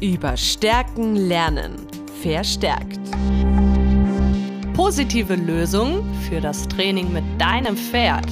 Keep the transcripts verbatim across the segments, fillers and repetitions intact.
Über Stärken lernen. Verstärkt. Positive Lösungen für das Training mit deinem Pferd.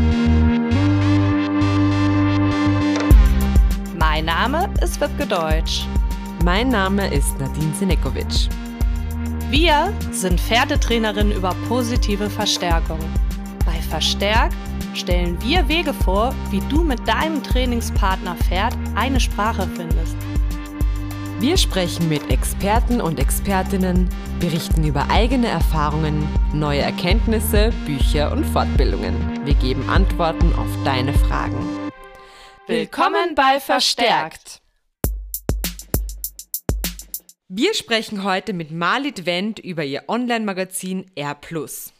Mein Name ist Wibke Deutsch. Mein Name ist Nadine Sinekovic. Wir sind Pferdetrainerinnen über positive Verstärkung. Bei Verstärkt stellen wir Wege vor, wie du mit deinem Trainingspartner Pferd eine Sprache findest. Wir sprechen mit Experten und Expertinnen, berichten über eigene Erfahrungen, neue Erkenntnisse, Bücher und Fortbildungen. Wir geben Antworten auf deine Fragen. Willkommen bei Verstärkt! Wir sprechen heute mit Marlied Wendt über ihr Online-Magazin R plus.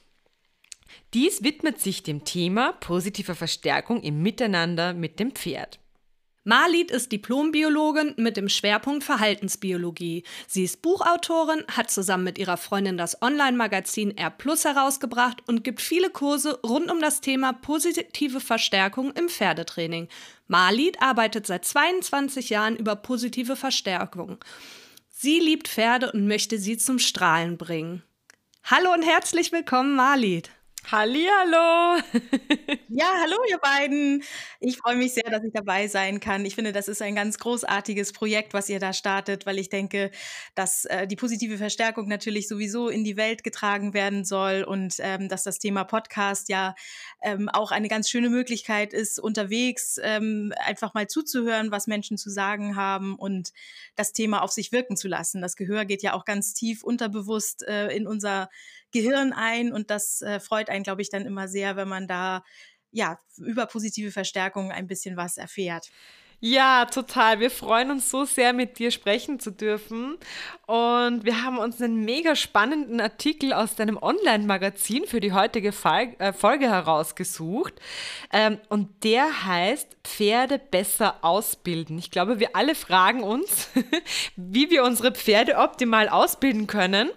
Dies widmet sich dem Thema positiver Verstärkung im Miteinander mit dem Pferd. Marlied ist Diplombiologin mit dem Schwerpunkt Verhaltensbiologie. Sie ist Buchautorin, hat zusammen mit ihrer Freundin das Online-Magazin R plus herausgebracht und gibt viele Kurse rund um das Thema positive Verstärkung im Pferdetraining. Marlied arbeitet seit zweiundzwanzig Jahren über positive Verstärkung. Sie liebt Pferde und möchte sie zum Strahlen bringen. Hallo und herzlich willkommen, Marlied. Hallihallo! Ja, hallo ihr beiden. Ich freue mich sehr, dass ich dabei sein kann. Ich finde, das ist ein ganz großartiges Projekt, was ihr da startet, weil ich denke, dass äh, die positive Verstärkung natürlich sowieso in die Welt getragen werden soll und ähm, dass das Thema Podcast ja ähm, auch eine ganz schöne Möglichkeit ist, unterwegs ähm, einfach mal zuzuhören, was Menschen zu sagen haben und das Thema auf sich wirken zu lassen. Das Gehör geht ja auch ganz tief unterbewusst äh, in unser Gehirn ein und das äh, freut einen, glaube ich, dann immer sehr, wenn man da ja über positive Verstärkung ein bisschen was erfährt. Ja, total. Wir freuen uns so sehr, mit dir sprechen zu dürfen. Und wir haben uns einen mega spannenden Artikel aus deinem Online-Magazin für die heutige Folge herausgesucht. Und der heißt Pferde besser ausbilden. Ich glaube, wir alle fragen uns, wie wir unsere Pferde optimal ausbilden können.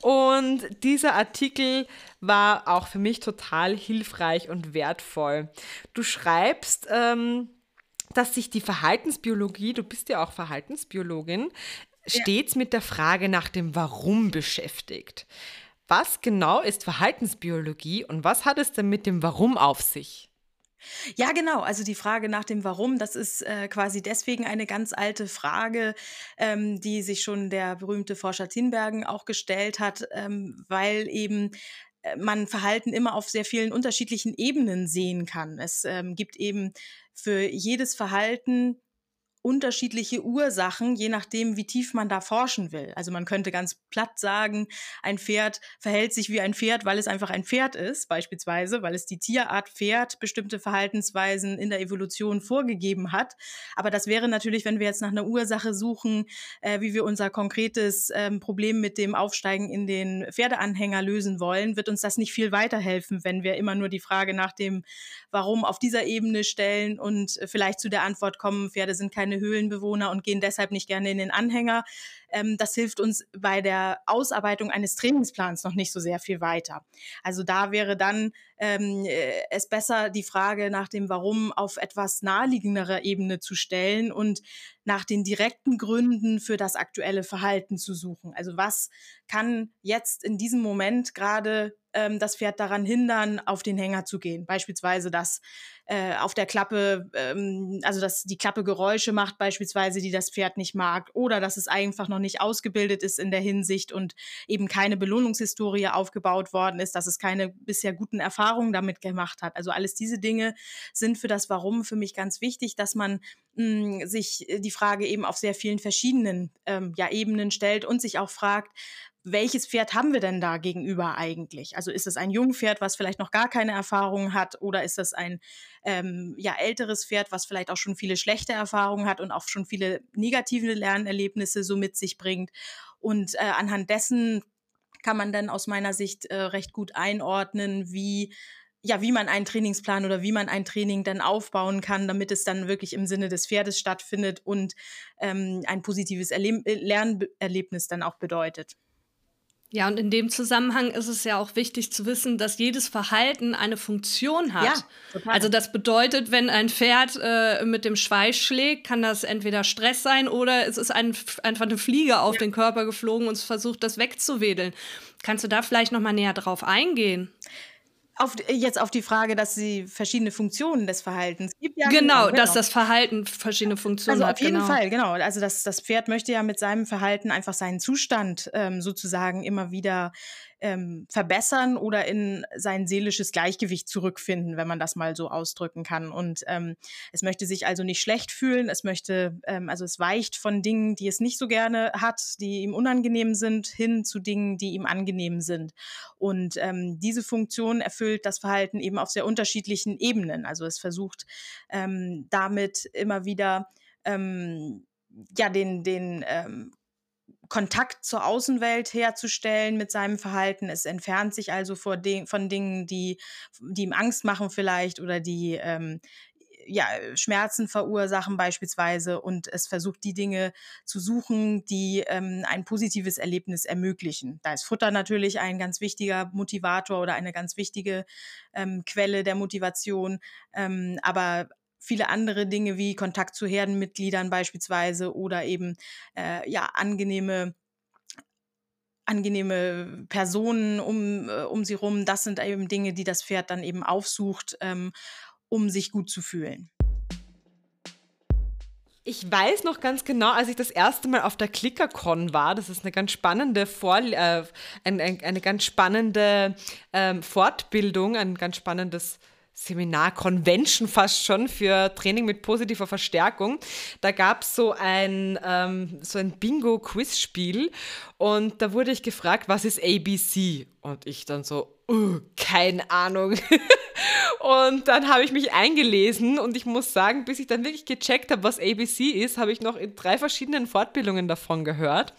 Und dieser Artikel war auch für mich total hilfreich und wertvoll. Du schreibst, ähm, dass sich die Verhaltensbiologie, du bist ja auch Verhaltensbiologin, Ja. stets mit der Frage nach dem Warum beschäftigt. Was genau ist Verhaltensbiologie und was hat es denn mit dem Warum auf sich? Ja, genau. Also die Frage nach dem Warum, das ist äh, quasi deswegen eine ganz alte Frage, ähm, die sich schon der berühmte Forscher Tinbergen auch gestellt hat, ähm, weil eben äh, man Verhalten immer auf sehr vielen unterschiedlichen Ebenen sehen kann. Es ähm, gibt eben für jedes Verhalten unterschiedliche Ursachen, je nachdem, wie tief man da forschen will. Also man könnte ganz platt sagen, ein Pferd verhält sich wie ein Pferd, weil es einfach ein Pferd ist, beispielsweise, weil es die Tierart Pferd bestimmte Verhaltensweisen in der Evolution vorgegeben hat. Aber das wäre natürlich, wenn wir jetzt nach einer Ursache suchen, äh, wie wir unser konkretes ähm, Problem mit dem Aufsteigen in den Pferdeanhänger lösen wollen, wird uns das nicht viel weiterhelfen, wenn wir immer nur die Frage nach dem Warum auf dieser Ebene stellen und äh, vielleicht zu der Antwort kommen, Pferde sind keine Höhlenbewohner und gehen deshalb nicht gerne in den Anhänger. Ähm, das hilft uns bei der Ausarbeitung eines Trainingsplans noch nicht so sehr viel weiter. Also da wäre dann ähm, äh, es besser, die Frage nach dem Warum auf etwas naheliegenderer Ebene zu stellen und nach den direkten Gründen für das aktuelle Verhalten zu suchen. Also was kann jetzt in diesem Moment gerade ähm, das Pferd daran hindern, auf den Hänger zu gehen? Beispielsweise, dass äh, auf der Klappe, ähm, also dass die Klappe Geräusche macht beispielsweise, die das Pferd nicht mag, oder dass es einfach noch nicht ausgebildet ist in der Hinsicht und eben keine Belohnungshistorie aufgebaut worden ist, dass es keine bisher guten Erfahrungen damit gemacht hat. Also alles diese Dinge sind für das Warum für mich ganz wichtig, dass man mh, sich die Frage eben auf sehr vielen verschiedenen ähm, ja, Ebenen stellt und sich auch fragt, welches Pferd haben wir denn da gegenüber eigentlich? Also ist es ein Jungpferd, was vielleicht noch gar keine Erfahrungen hat, oder ist es ein ähm, ja, älteres Pferd, was vielleicht auch schon viele schlechte Erfahrungen hat und auch schon viele negative Lernerlebnisse so mit sich bringt? Und äh, anhand dessen kann man dann aus meiner Sicht äh, recht gut einordnen, wie ja, wie man einen Trainingsplan oder wie man ein Training dann aufbauen kann, damit es dann wirklich im Sinne des Pferdes stattfindet und ähm, ein positives Erleb- Lernerlebnis dann auch bedeutet. Ja, und in dem Zusammenhang ist es ja auch wichtig zu wissen, dass jedes Verhalten eine Funktion hat. Ja, total. Also das bedeutet, wenn ein Pferd äh, mit dem Schweif schlägt, kann das entweder Stress sein oder es ist ein, einfach eine Fliege auf Ja. den Körper geflogen und es versucht, das wegzuwedeln. Kannst du da vielleicht noch mal näher drauf eingehen? Auf, jetzt auf die Frage, dass sie verschiedene Funktionen des Verhaltens gibt. Ja, Genau, genau. dass das Verhalten verschiedene Funktionen Also hat. auf jeden genau. Fall, genau. Also das, das Pferd möchte ja mit seinem Verhalten einfach seinen Zustand ähm, sozusagen immer wieder ähm, verbessern oder in sein seelisches Gleichgewicht zurückfinden, wenn man das mal so ausdrücken kann. Und ähm, es möchte sich also nicht schlecht fühlen. Es möchte, ähm, also es weicht von Dingen, die es nicht so gerne hat, die ihm unangenehm sind, hin zu Dingen, die ihm angenehm sind. Und ähm, diese Funktion erfüllt das Verhalten eben auf sehr unterschiedlichen Ebenen. Also es versucht ähm, damit immer wieder ähm, ja, den, den ähm, Kontakt zur Außenwelt herzustellen mit seinem Verhalten. Es entfernt sich also vor de- von Dingen, die, die ihm Angst machen vielleicht oder die ähm, ja, Schmerzen verursachen beispielsweise, und es versucht, die Dinge zu suchen, die ähm, ein positives Erlebnis ermöglichen. Da ist Futter natürlich ein ganz wichtiger Motivator oder eine ganz wichtige ähm, Quelle der Motivation, ähm, aber viele andere Dinge wie Kontakt zu Herdenmitgliedern beispielsweise oder eben äh, ja, angenehme angenehme Personen um, äh, um sie rum. Das sind eben Dinge, die das Pferd dann eben aufsucht, ähm, um sich gut zu fühlen. Ich weiß noch ganz genau, als ich das erste Mal auf der ClickerCon war, das ist eine ganz spannende, Vor äh, ein, ein, eine ganz spannende ähm, Fortbildung, ein ganz spannendes Seminar, Convention fast schon für Training mit positiver Verstärkung. Da gab es so ein, ähm, so ein Bingo-Quiz-Spiel und da wurde ich gefragt, was ist A B C? Und ich dann so, uh, keine Ahnung. Und dann habe ich mich eingelesen und ich muss sagen, bis ich dann wirklich gecheckt habe, was A B C ist, habe ich noch in drei verschiedenen Fortbildungen davon gehört.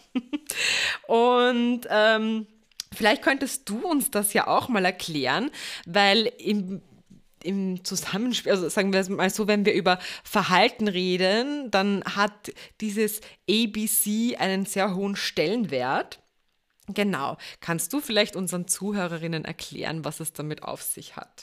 Und ähm, vielleicht könntest du uns das ja auch mal erklären, weil im im Zusammenspiel, also sagen wir es mal so, wenn wir über Verhalten reden, dann hat dieses A B C einen sehr hohen Stellenwert. Genau. Kannst du vielleicht unseren Zuhörerinnen erklären, was es damit auf sich hat?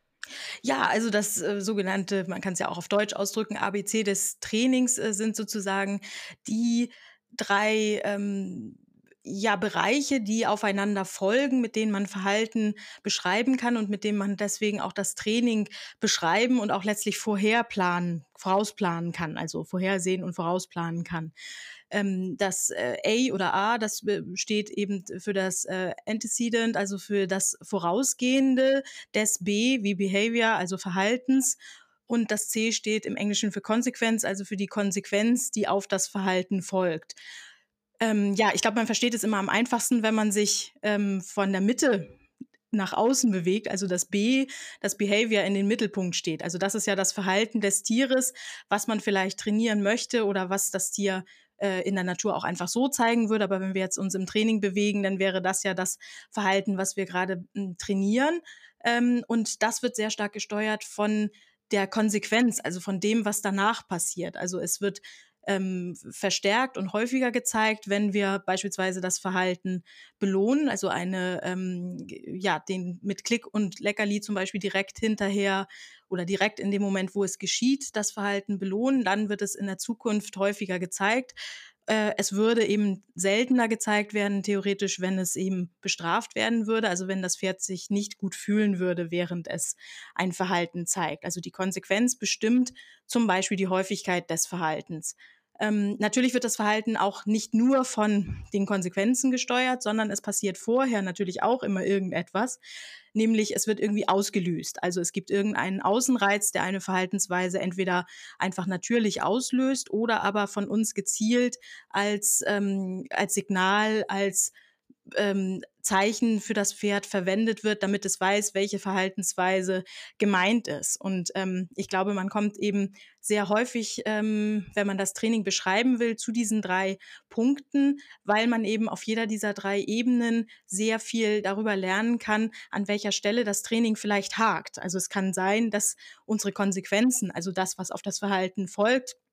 Ja, also das äh, sogenannte, man kann es ja auch auf Deutsch ausdrücken, A B C des Trainings äh, sind sozusagen die drei ähm, ja, Bereiche, die aufeinander folgen, mit denen man Verhalten beschreiben kann und mit denen man deswegen auch das Training beschreiben und auch letztlich vorherplanen, vorausplanen kann, also vorhersehen und vorausplanen kann. Ähm, das äh, A oder A, das äh, steht eben für das äh, Antecedent, also für das Vorausgehende des B wie Behavior, also Verhaltens. Und das C steht im Englischen für Konsequenz, also für die Konsequenz, die auf das Verhalten folgt. Ähm, ja, ich glaube, man versteht es immer am einfachsten, wenn man sich ähm, von der Mitte nach außen bewegt, also das B, das Behavior in den Mittelpunkt steht. Also das ist ja das Verhalten des Tieres, was man vielleicht trainieren möchte oder was das Tier äh, in der Natur auch einfach so zeigen würde. Aber wenn wir jetzt uns im Training bewegen, dann wäre das ja das Verhalten, was wir gerade m, trainieren. Ähm, und das wird sehr stark gesteuert von der Konsequenz, also von dem, was danach passiert. Also es wird ähm, verstärkt und häufiger gezeigt, wenn wir beispielsweise das Verhalten belohnen, also eine, ähm, ja, den mit Klick und Leckerli zum Beispiel direkt hinterher oder direkt in dem Moment, wo es geschieht, das Verhalten belohnen, dann wird es in der Zukunft häufiger gezeigt. Äh, es würde eben seltener gezeigt werden, theoretisch, wenn es eben bestraft werden würde, also wenn das Pferd sich nicht gut fühlen würde, während es ein Verhalten zeigt. Also die Konsequenz bestimmt zum Beispiel die Häufigkeit des Verhaltens. Ähm, natürlich wird das Verhalten auch nicht nur von den Konsequenzen gesteuert, sondern es passiert vorher natürlich auch immer irgendetwas, nämlich es wird irgendwie ausgelöst. Also es gibt irgendeinen Außenreiz, der eine Verhaltensweise entweder einfach natürlich auslöst oder aber von uns gezielt als, ähm, als Signal, als ähm, Zeichen für das Pferd verwendet wird, damit es weiß, welche Verhaltensweise gemeint ist. Und ähm, ich glaube, man kommt eben sehr häufig, ähm, wenn man das Training beschreiben will, zu diesen drei Punkten, weil man eben auf jeder dieser drei Ebenen sehr viel darüber lernen kann, an welcher Stelle das Training vielleicht hakt. Also es kann sein, dass unsere Konsequenzen, also das, was auf das Verhalten folgt,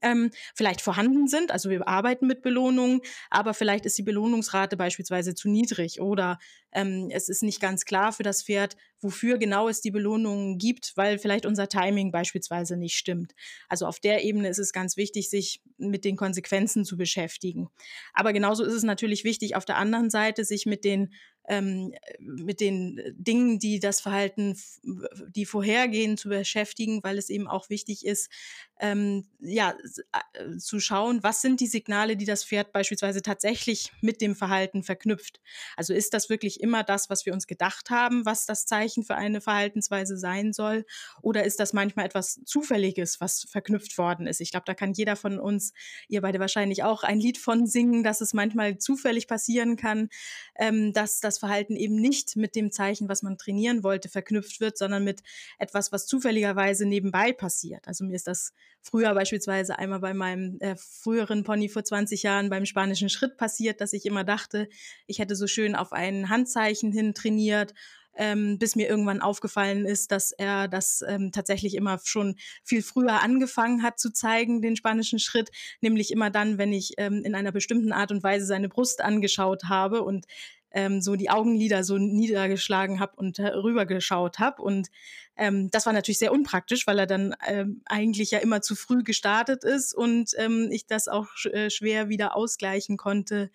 ähm, vielleicht vorhanden sind. Also wir arbeiten mit Belohnungen, aber vielleicht ist die Belohnungsrate beispielsweise zu niedrig oder ähm, es ist nicht ganz klar für das Pferd, wofür genau es die Belohnungen gibt, weil vielleicht unser Timing beispielsweise nicht stimmt. Also auf der Ebene ist es ganz wichtig, sich mit den Konsequenzen zu beschäftigen. Aber genauso ist es natürlich wichtig, auf der anderen Seite sich mit den ähm, mit den Dingen, die das Verhalten, die vorhergehen, zu beschäftigen, weil es eben auch wichtig ist, ähm, ja, äh, zu schauen, was sind die Signale, die das Pferd beispielsweise tatsächlich mit dem Verhalten verknüpft. Also ist das wirklich immer das, was wir uns gedacht haben, was das Zeichen für eine Verhaltensweise sein soll? Oder ist das manchmal etwas Zufälliges, was verknüpft worden ist? Ich glaube, da kann jeder von uns, ihr beide wahrscheinlich auch, ein Lied von singen, dass es manchmal zufällig passieren kann, ähm, dass das Verhalten eben nicht mit dem Zeichen, was man trainieren wollte, verknüpft wird, sondern mit etwas, was zufälligerweise nebenbei passiert. Also mir ist das früher beispielsweise einmal bei meinem äh, früheren Pony vor zwanzig Jahren beim spanischen Schritt passiert, dass ich immer dachte, ich hätte so schön auf ein Handzeichen hin trainiert, ähm, bis mir irgendwann aufgefallen ist, dass er das ähm, tatsächlich immer schon viel früher angefangen hat zu zeigen, den spanischen Schritt, nämlich immer dann, wenn ich ähm, in einer bestimmten Art und Weise seine Brust angeschaut habe und ähm, so die Augenlider so niedergeschlagen habe und äh, rübergeschaut habe. Und ähm, das war natürlich sehr unpraktisch, weil er dann ähm, eigentlich ja immer zu früh gestartet ist und ähm, ich das auch sch äh, schwer wieder ausgleichen konnte,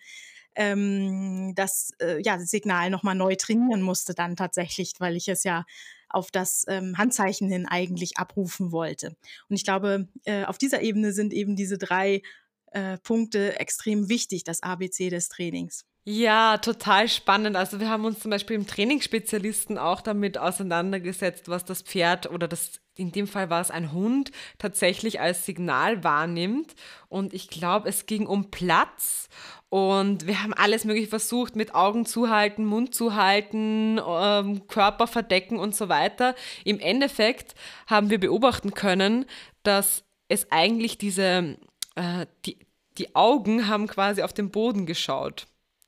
ähm, das äh, ja, das Signal nochmal neu trainieren musste dann tatsächlich, weil ich es ja auf das ähm, Handzeichen hin eigentlich abrufen wollte. Und ich glaube, äh, auf dieser Ebene sind eben diese drei äh, Punkte extrem wichtig, das A B C des Trainings. Ja, total spannend. Also wir haben uns zum Beispiel im Trainingsspezialisten auch damit auseinandergesetzt, was das Pferd oder das, in dem Fall war es ein Hund, tatsächlich als Signal wahrnimmt. Und ich glaube, es ging um Platz. Und wir haben alles Mögliche versucht mit Augen zuhalten, Mund zuhalten, ähm, Körper verdecken und so weiter. Im Endeffekt haben wir beobachten können, dass es eigentlich diese, äh, die, die Augen haben quasi auf den Boden geschaut.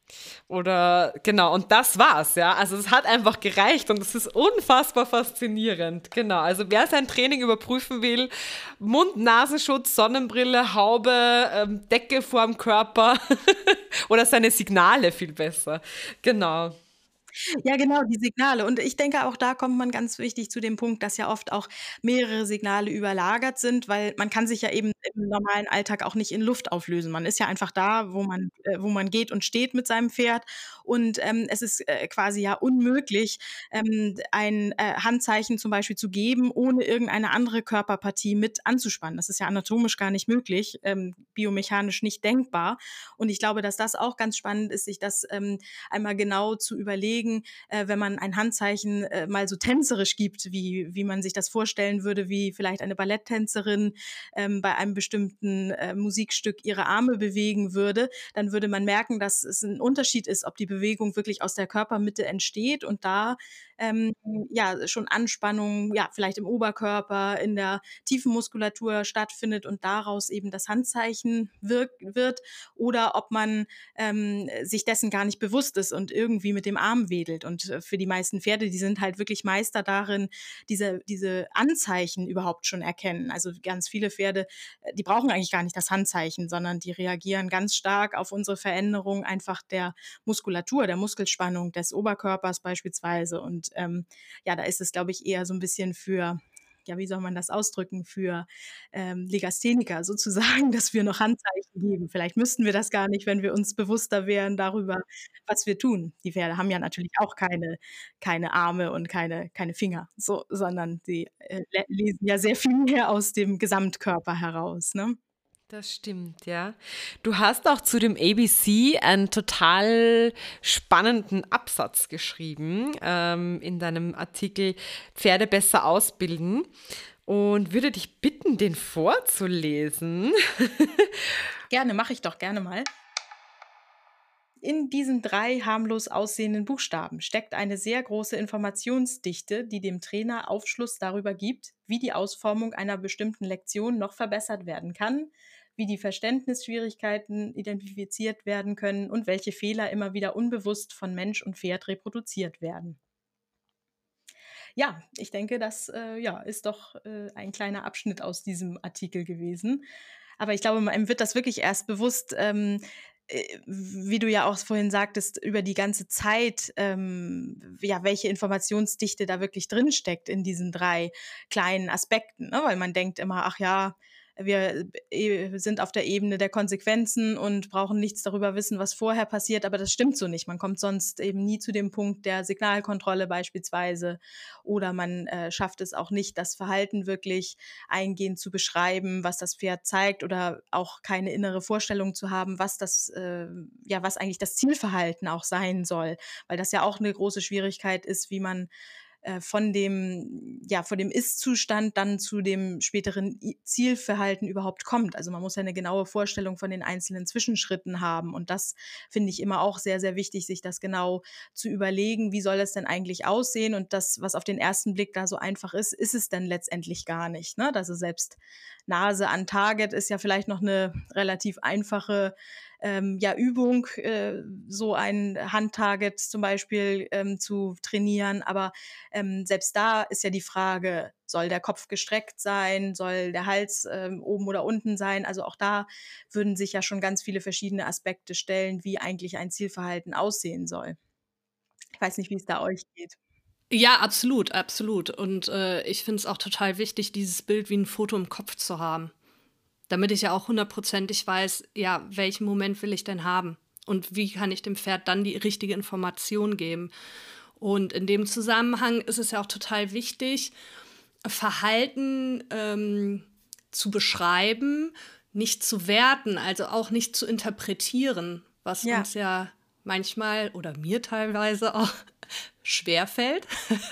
Oder genau, und das war's, ja. Also es hat einfach gereicht und es ist unfassbar faszinierend. Genau, also wer sein Training überprüfen will, Mund-Nasenschutz, Sonnenbrille, Haube, ähm, Decke vorm Körper oder seine Signale viel besser. Genau. Ja, genau, die Signale. Und ich denke, auch da kommt man ganz wichtig zu dem Punkt, dass ja oft auch mehrere Signale überlagert sind, weil man kann sich ja eben im normalen Alltag auch nicht in Luft auflösen. Man ist ja einfach da, wo man äh, wo man geht und steht mit seinem Pferd. Und ähm, es ist äh, quasi ja unmöglich, ähm, ein äh, Handzeichen zum Beispiel zu geben, ohne irgendeine andere Körperpartie mit anzuspannen. Das ist ja anatomisch gar nicht möglich, ähm, biomechanisch nicht denkbar. Und ich glaube, dass das auch ganz spannend ist, sich das ähm, einmal genau zu überlegen, äh, wenn man ein Handzeichen äh, mal so tänzerisch gibt, wie, wie man sich das vorstellen würde, wie vielleicht eine Balletttänzerin ähm, bei einem bestimmten äh, Musikstück ihre Arme bewegen würde, dann würde man merken, dass es ein Unterschied ist, ob die Bewegung wirklich aus der Körpermitte entsteht und da ähm, ja schon Anspannung, ja, vielleicht im Oberkörper, in der tiefen Muskulatur stattfindet und daraus eben das Handzeichen wirk wird, oder ob man ähm, sich dessen gar nicht bewusst ist und irgendwie mit dem Arm wedelt. Und äh, für die meisten Pferde, die sind halt wirklich Meister darin, diese, diese Anzeichen überhaupt schon erkennen. Also ganz viele Pferde, äh, die brauchen eigentlich gar nicht das Handzeichen, sondern die reagieren ganz stark auf unsere Veränderung einfach der Muskulatur, der Muskelspannung des Oberkörpers beispielsweise. Und ähm, ja, da ist es, glaube ich, eher so ein bisschen für, ja, wie soll man das ausdrücken, für ähm, Legastheniker sozusagen, dass wir noch Handzeichen geben. Vielleicht müssten wir das gar nicht, wenn wir uns bewusster wären darüber, was wir tun. Die Pferde haben ja natürlich auch keine, keine Arme und keine, keine Finger, so, sondern sie äh, le- lesen ja sehr viel mehr aus dem Gesamtkörper heraus. Ne? Das stimmt, ja. Du hast auch zu dem A B C einen total spannenden Absatz geschrieben ähm, in deinem Artikel Pferde besser ausbilden und würde dich bitten, den vorzulesen. Gerne, mache ich doch gerne mal. In diesen drei harmlos aussehenden Buchstaben steckt eine sehr große Informationsdichte, die dem Trainer Aufschluss darüber gibt, wie die Ausformung einer bestimmten Lektion noch verbessert werden kann, wie die Verständnisschwierigkeiten identifiziert werden können und welche Fehler immer wieder unbewusst von Mensch und Pferd reproduziert werden. Ja, ich denke, das äh, ja, ist doch äh, ein kleiner Abschnitt aus diesem Artikel gewesen. Aber ich glaube, einem wird das wirklich erst bewusst, ähm, äh, wie du ja auch vorhin sagtest, über die ganze Zeit, ähm, ja, welche Informationsdichte da wirklich drinsteckt in diesen drei kleinen Aspekten, ne? Weil man denkt immer: „Ach ja, wir äh, sind auf der Ebene der Konsequenzen und brauchen nichts darüber wissen, was vorher passiert“, aber das stimmt so nicht. Man kommt sonst eben nie zu dem Punkt der Signalkontrolle beispielsweise, oder man, äh, schafft es auch nicht, das Verhalten wirklich eingehend zu beschreiben, was das Pferd zeigt, oder auch keine innere Vorstellung zu haben, was das, äh, ja, was eigentlich das Zielverhalten auch sein soll. Weil das ja auch eine große Schwierigkeit ist, wie man äh, von dem, ja, von dem Ist-Zustand dann zu dem späteren I Zielverhalten überhaupt kommt. Also man muss ja eine genaue Vorstellung von den einzelnen Zwischenschritten haben. Und das finde ich immer auch sehr, sehr wichtig, sich das genau zu überlegen, wie soll es denn eigentlich aussehen? Und das, was auf den ersten Blick da so einfach ist, ist es denn letztendlich gar nicht. Ne? Also selbst Nase an Target ist ja vielleicht noch eine relativ einfache ähm, ja, Übung, äh, so ein Handtarget zum Beispiel ähm, zu trainieren. Aber ähm, selbst da ist ja die Frage, soll der Kopf gestreckt sein, soll der Hals ähm, oben oder unten sein? Also auch da würden sich ja schon ganz viele verschiedene Aspekte stellen, wie eigentlich ein Zielverhalten aussehen soll. Ich weiß nicht, wie es da euch geht. Ja, absolut, absolut. Und, äh, ich finde es auch total wichtig, dieses Bild wie ein Foto im Kopf zu haben, damit ich ja auch hundertprozentig weiß, ja, welchen Moment will ich denn haben und wie kann ich dem Pferd dann die richtige Information geben. Und in dem Zusammenhang ist es ja auch total wichtig, Verhalten, ähm, zu beschreiben, nicht zu werten, also auch nicht zu interpretieren, was Ja. uns ja manchmal oder mir teilweise auch schwerfällt.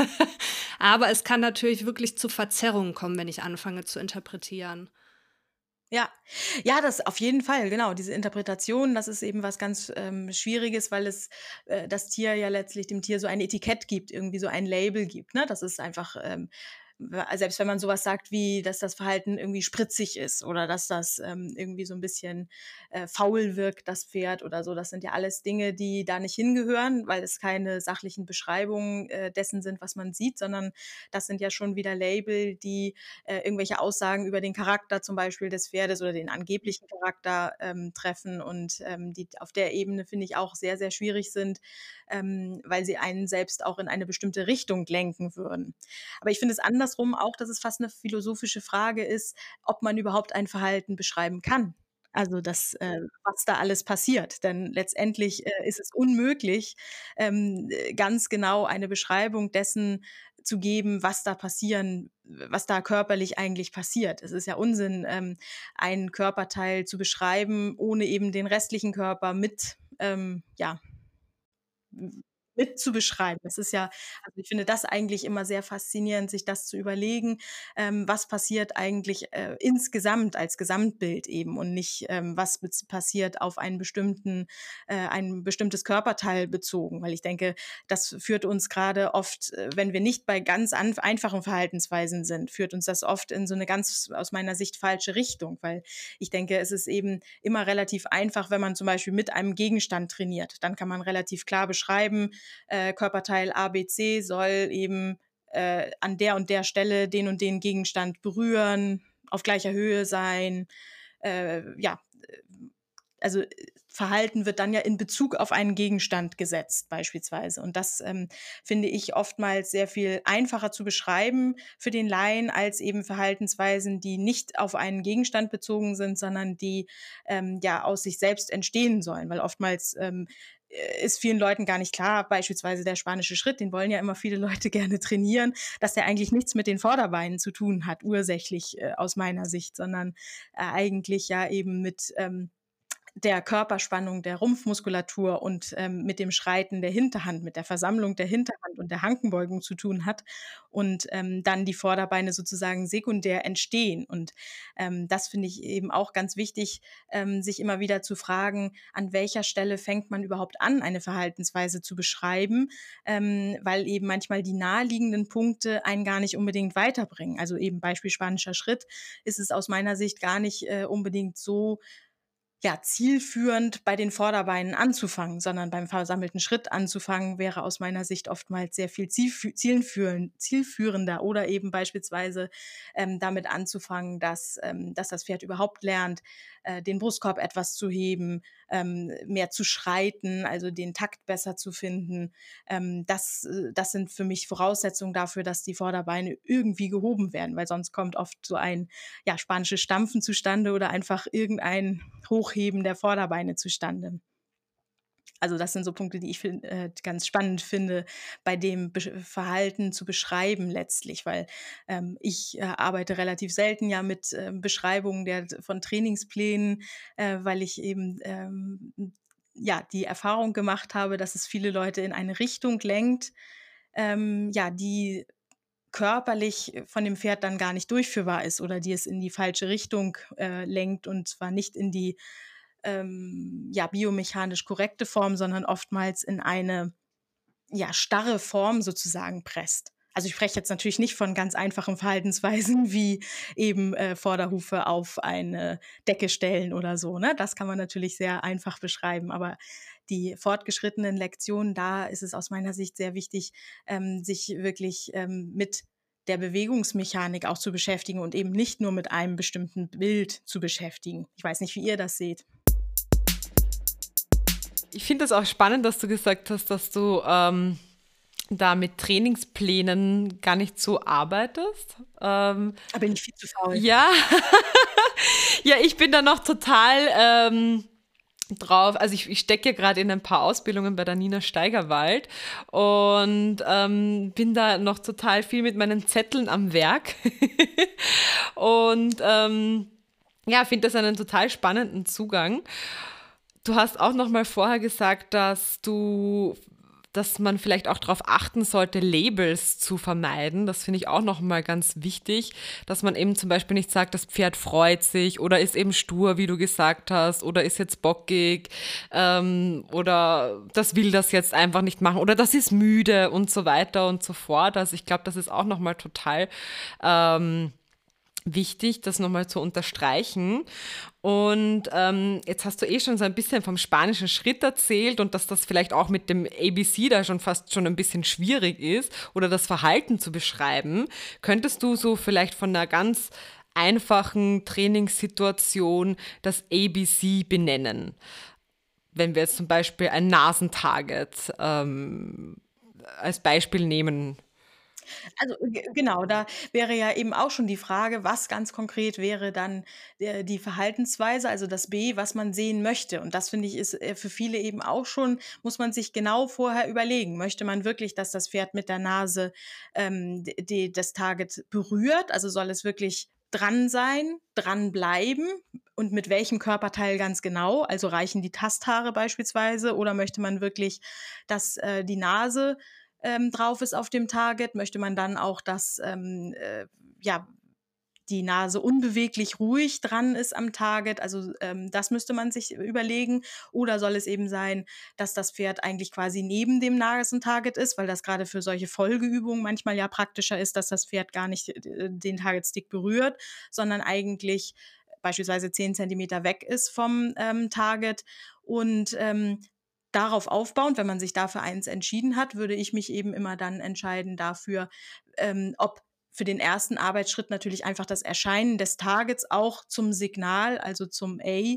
Aber es kann natürlich wirklich zu Verzerrungen kommen, wenn ich anfange zu interpretieren. Ja, ja, das auf jeden Fall, genau. Diese Interpretation, das ist eben was ganz ähm, Schwieriges, weil es äh, das Tier ja letztlich dem Tier so ein Etikett gibt, irgendwie so ein Label gibt. Ne? Das ist einfach, ähm, wa- selbst wenn man sowas sagt wie, dass das Verhalten irgendwie spritzig ist oder dass das ähm, irgendwie so ein bisschen äh, faul wirkt, das Pferd oder so. Das sind ja alles Dinge, die da nicht hingehören, weil es keine sachlichen Beschreibungen äh, dessen sind, was man sieht, sondern das sind ja schon wieder Label, die äh, irgendwelche Aussagen über den Charakter zum Beispiel des Pferdes oder den angeblichen Charakter ähm, treffen, und ähm, die auf der Ebene finde ich auch sehr, sehr schwierig sind, ähm, weil sie einen selbst auch in eine bestimmte Richtung lenken würden. Aber ich finde es andersrum auch, dass es fast eine philosophische Frage ist, ob man überhaupt ein Verhalten beschreiben kann. Also das, äh, was da alles passiert. Denn letztendlich äh, ist es unmöglich, ähm, äh, ganz genau eine Beschreibung dessen zu geben, was da passieren was da körperlich eigentlich passiert. Es ist ja Unsinn, ähm, einen Körperteil zu beschreiben, ohne eben den restlichen Körper mit, ähm, ja, mit zu beschreiben. Das ist ja, also ich finde das eigentlich immer sehr faszinierend, sich das zu überlegen, ähm, was passiert eigentlich äh, insgesamt als Gesamtbild eben, und nicht, ähm, was bez- passiert auf einen bestimmten, äh, ein bestimmtes Körperteil bezogen. Weil ich denke, das führt uns gerade oft, äh, wenn wir nicht bei ganz an, einfachen Verhaltensweisen sind, führt uns das oft in so eine ganz aus meiner Sicht falsche Richtung. Weil ich denke, es ist eben immer relativ einfach, wenn man zum Beispiel mit einem Gegenstand trainiert. Dann kann man relativ klar beschreiben, äh, Körperteil A B C soll eben äh, an der und der Stelle den und den Gegenstand berühren, auf gleicher Höhe sein. Äh, ja, also äh, Verhalten wird dann ja in Bezug auf einen Gegenstand gesetzt, beispielsweise. Und das ähm, finde ich oftmals sehr viel einfacher zu beschreiben für den Laien als eben Verhaltensweisen, die nicht auf einen Gegenstand bezogen sind, sondern die ähm, ja aus sich selbst entstehen sollen. Weil oftmals ähm, äh, ist vielen Leuten gar nicht klar, beispielsweise der spanische Schritt, den wollen ja immer viele Leute gerne trainieren, dass der eigentlich nichts mit den Vorderbeinen zu tun hat, ursächlich äh, aus meiner Sicht, sondern äh, eigentlich ja eben mit ähm, der Körperspannung der Rumpfmuskulatur und ähm, mit dem Schreiten der Hinterhand, mit der Versammlung der Hinterhand und der Hankenbeugung zu tun hat, und ähm, dann die Vorderbeine sozusagen sekundär entstehen. Und ähm, das finde ich eben auch ganz wichtig, ähm, sich immer wieder zu fragen, an welcher Stelle fängt man überhaupt an, eine Verhaltensweise zu beschreiben, ähm, weil eben manchmal die naheliegenden Punkte einen gar nicht unbedingt weiterbringen. Also eben Beispiel spanischer Schritt ist es aus meiner Sicht gar nicht äh, unbedingt so ja, zielführend bei den Vorderbeinen anzufangen, sondern beim versammelten Schritt anzufangen, wäre aus meiner Sicht oftmals sehr viel zielfü zielführen zielführender oder eben beispielsweise, ähm, damit anzufangen, dass ähm, dass das Pferd überhaupt lernt, äh, den Brustkorb etwas zu heben, ähm, mehr zu schreiten, also den Takt besser zu finden. Ähm, das äh, das sind für mich Voraussetzungen dafür, dass die Vorderbeine irgendwie gehoben werden, weil sonst kommt oft so ein, ja, spanisches Stampfen zustande oder einfach irgendein Hochheben der Vorderbeine zustande. Also, das sind so Punkte, die ich fin äh, ganz spannend finde, bei dem besch Verhalten zu beschreiben letztlich, weil, ähm, ich, äh, arbeite relativ selten ja mit, ähm, Beschreibungen der von Trainingsplänen, äh, weil ich eben, ähm, ja, die Erfahrung gemacht habe, dass es viele Leute in eine Richtung lenkt, ähm, ja, die körperlich von dem Pferd dann gar nicht durchführbar ist oder die es in die falsche Richtung, äh, lenkt und zwar nicht in die, ähm, ja, biomechanisch korrekte Form, sondern oftmals in eine, ja, starre Form sozusagen presst. Also, ich spreche jetzt natürlich nicht von ganz einfachen Verhaltensweisen wie eben, äh, Vorderhufe auf eine Decke stellen oder so, ne? Das kann man natürlich sehr einfach beschreiben, aber die fortgeschrittenen Lektionen, da ist es aus meiner Sicht sehr wichtig, ähm, sich wirklich, ähm, mit der Bewegungsmechanik auch zu beschäftigen und eben nicht nur mit einem bestimmten Bild zu beschäftigen. Ich weiß nicht, wie ihr das seht. Ich finde das auch spannend, dass du gesagt hast, dass du ähm, da mit Trainingsplänen gar nicht so arbeitest. Ähm, Da bin ich viel zu faul. ja, ja, ich bin da noch total ähm, drauf. Also ich, ich stecke ja gerade in ein paar Ausbildungen bei der Nina Steigerwald und ähm, bin da noch total viel mit meinen Zetteln am Werk. und ähm, ja, finde das einen total spannenden Zugang. Du hast auch noch mal vorher gesagt, dass du, dass man vielleicht auch darauf achten sollte, Labels zu vermeiden. Das finde ich auch noch mal ganz wichtig, dass man eben zum Beispiel nicht sagt, das Pferd freut sich oder ist eben stur, wie du gesagt hast, oder ist jetzt bockig ähm, oder das will das jetzt einfach nicht machen oder das ist müde und so weiter und so fort. Also ich glaube, das ist auch noch mal total ähm, wichtig, das nochmal zu unterstreichen. Und ähm, jetzt hast du eh schon so ein bisschen vom spanischen Schritt erzählt und dass das vielleicht auch mit dem A B C da schon fast schon ein bisschen schwierig ist oder das Verhalten zu beschreiben. Könntest du so vielleicht von einer ganz einfachen Trainingssituation das A B C benennen? Wenn wir jetzt zum Beispiel ein Nasentarget ähm, als Beispiel nehmen. Also, ge genau, da wäre ja eben auch schon die Frage, was ganz konkret wäre dann, äh, die Verhaltensweise, also das B, was man sehen möchte. Und das finde ich, ist, äh, für viele eben auch schon muss man sich genau vorher überlegen. Möchte man wirklich, dass das Pferd mit der Nase, ähm, d die das Target berührt? Also, soll es wirklich dran sein, dranbleiben und mit welchem Körperteil ganz genau? Also, reichen die Tasthaare beispielsweise oder möchte man wirklich, dass, äh, die Nase ähm, drauf ist auf dem Target, möchte man dann auch, dass ähm, äh, ja, die Nase unbeweglich ruhig dran ist am Target. Also ähm, das müsste man sich überlegen. Oder soll es eben sein, dass das Pferd eigentlich quasi neben dem Nasentarget ist, weil das gerade für solche Folgeübungen manchmal ja praktischer ist, dass das Pferd gar nicht äh, den Target-Stick berührt, sondern eigentlich beispielsweise zehn Zentimeter weg ist vom ähm, Target. Und ähm, darauf aufbauend, wenn man sich dafür eins entschieden hat, würde ich mich eben immer dann entscheiden dafür, ähm, ob für den ersten Arbeitsschritt natürlich einfach das Erscheinen des Targets auch zum Signal, also zum A, äh,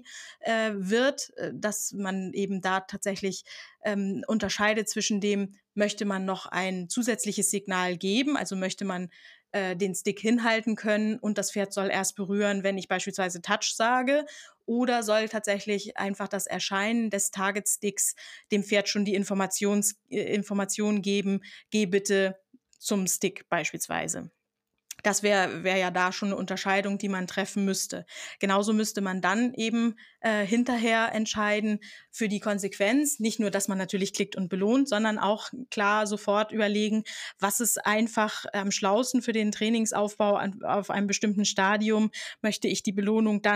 wird, äh, dass man eben da tatsächlich ähm, unterscheidet zwischen dem, möchte man noch ein zusätzliches Signal geben, also möchte man äh, den Stick hinhalten können und das Pferd soll erst berühren, wenn ich beispielsweise Touch sage, oder soll tatsächlich einfach das Erscheinen des Target-Sticks dem Pferd schon die Informations äh, Information geben, geh bitte zum Stick beispielsweise. Das wäre wär ja da schon eine Unterscheidung, die man treffen müsste. Genauso müsste man dann eben äh, hinterher entscheiden für die Konsequenz, nicht nur, dass man natürlich klickt und belohnt, sondern auch klar sofort überlegen, was ist einfach am schlausten für den Trainingsaufbau an auf einem bestimmten Stadium? Möchte ich die Belohnung dann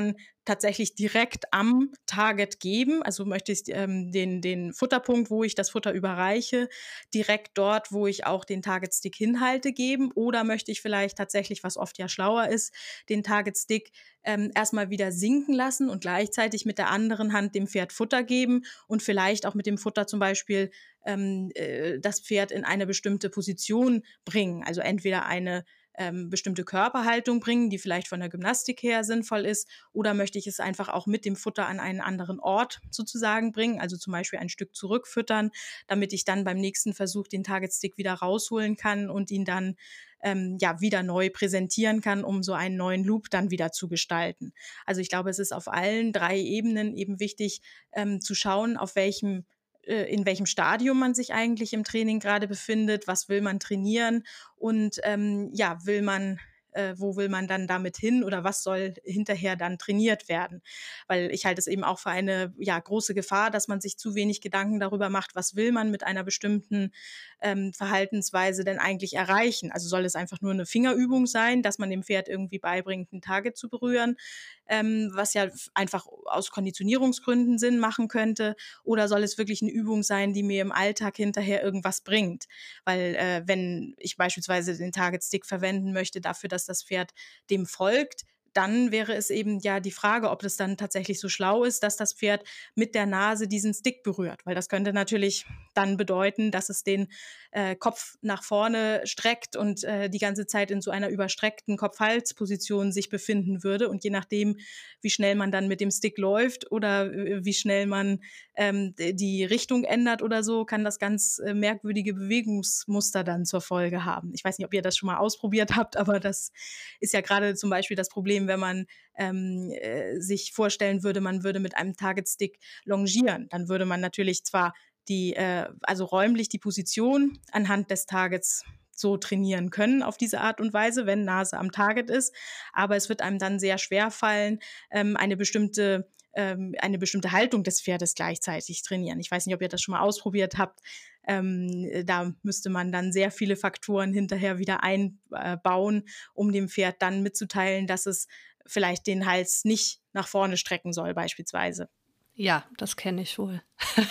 tatsächlich direkt am Target geben, also möchte ich ähm, den, den Futterpunkt, wo ich das Futter überreiche, direkt dort, wo ich auch den Target-Stick hinhalte, geben, oder möchte ich vielleicht tatsächlich, was oft ja schlauer ist, den Target-Stick ähm, erstmal wieder sinken lassen und gleichzeitig mit der anderen Hand dem Pferd Futter geben und vielleicht auch mit dem Futter zum Beispiel ähm, äh, das Pferd in eine bestimmte Position bringen, also entweder eine ähm, bestimmte Körperhaltung bringen, die vielleicht von der Gymnastik her sinnvoll ist, oder möchte ich es einfach auch mit dem Futter an einen anderen Ort sozusagen bringen, also zum Beispiel ein Stück zurückfüttern, damit ich dann beim nächsten Versuch den Target-Stick wieder rausholen kann und ihn dann ähm, ja wieder neu präsentieren kann, um so einen neuen Loop dann wieder zu gestalten. Also ich glaube, es ist auf allen drei Ebenen eben wichtig ähm, zu schauen, auf welchem in welchem Stadium man sich eigentlich im Training gerade befindet, was will man trainieren und ähm, ja, will man, äh, wo will man dann damit hin oder was soll hinterher dann trainiert werden? Weil ich halte es eben auch für eine ja, große Gefahr, dass man sich zu wenig Gedanken darüber macht, was will man mit einer bestimmten ähm, Verhaltensweise denn eigentlich erreichen? Also soll es einfach nur eine Fingerübung sein, dass man dem Pferd irgendwie beibringt, ein Target zu berühren, ähm, was ja einfach aus Konditionierungsgründen Sinn machen könnte, oder soll es wirklich eine Übung sein, die mir im Alltag hinterher irgendwas bringt? Weil äh, wenn ich beispielsweise den Target-Stick verwenden möchte dafür, dass das Pferd dem folgt, dann wäre es eben ja die Frage, ob es dann tatsächlich so schlau ist, dass das Pferd mit der Nase diesen Stick berührt. Weil das könnte natürlich dann bedeuten, dass es den äh, Kopf nach vorne streckt und äh, die ganze Zeit in so einer überstreckten Kopf-Hals-Position sich befinden würde. Und je nachdem, wie schnell man dann mit dem Stick läuft oder äh, wie schnell man ähm, die Richtung ändert oder so, kann das ganz äh, merkwürdige Bewegungsmuster dann zur Folge haben. Ich weiß nicht, ob ihr das schon mal ausprobiert habt, aber das ist ja gerade zum Beispiel das Problem, wenn man ähm, äh, sich vorstellen würde, man würde mit einem Target-Stick longieren. Dann würde man natürlich zwar die, äh, also räumlich die Position anhand des Targets so trainieren können auf diese Art und Weise, wenn Nase am Target ist, aber es wird einem dann sehr schwer fallen, ähm, eine bestimmte ähm, eine bestimmte Haltung des Pferdes gleichzeitig trainieren. Ich weiß nicht, ob ihr das schon mal ausprobiert habt. Ähm, da müsste man dann sehr viele Faktoren hinterher wieder einbauen, um dem Pferd dann mitzuteilen, dass es vielleicht den Hals nicht nach vorne strecken soll beispielsweise. Ja, das kenne ich wohl.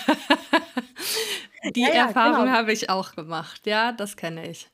Die Ja, ja, Erfahrung genau. habe ich auch gemacht. Ja, das kenne ich.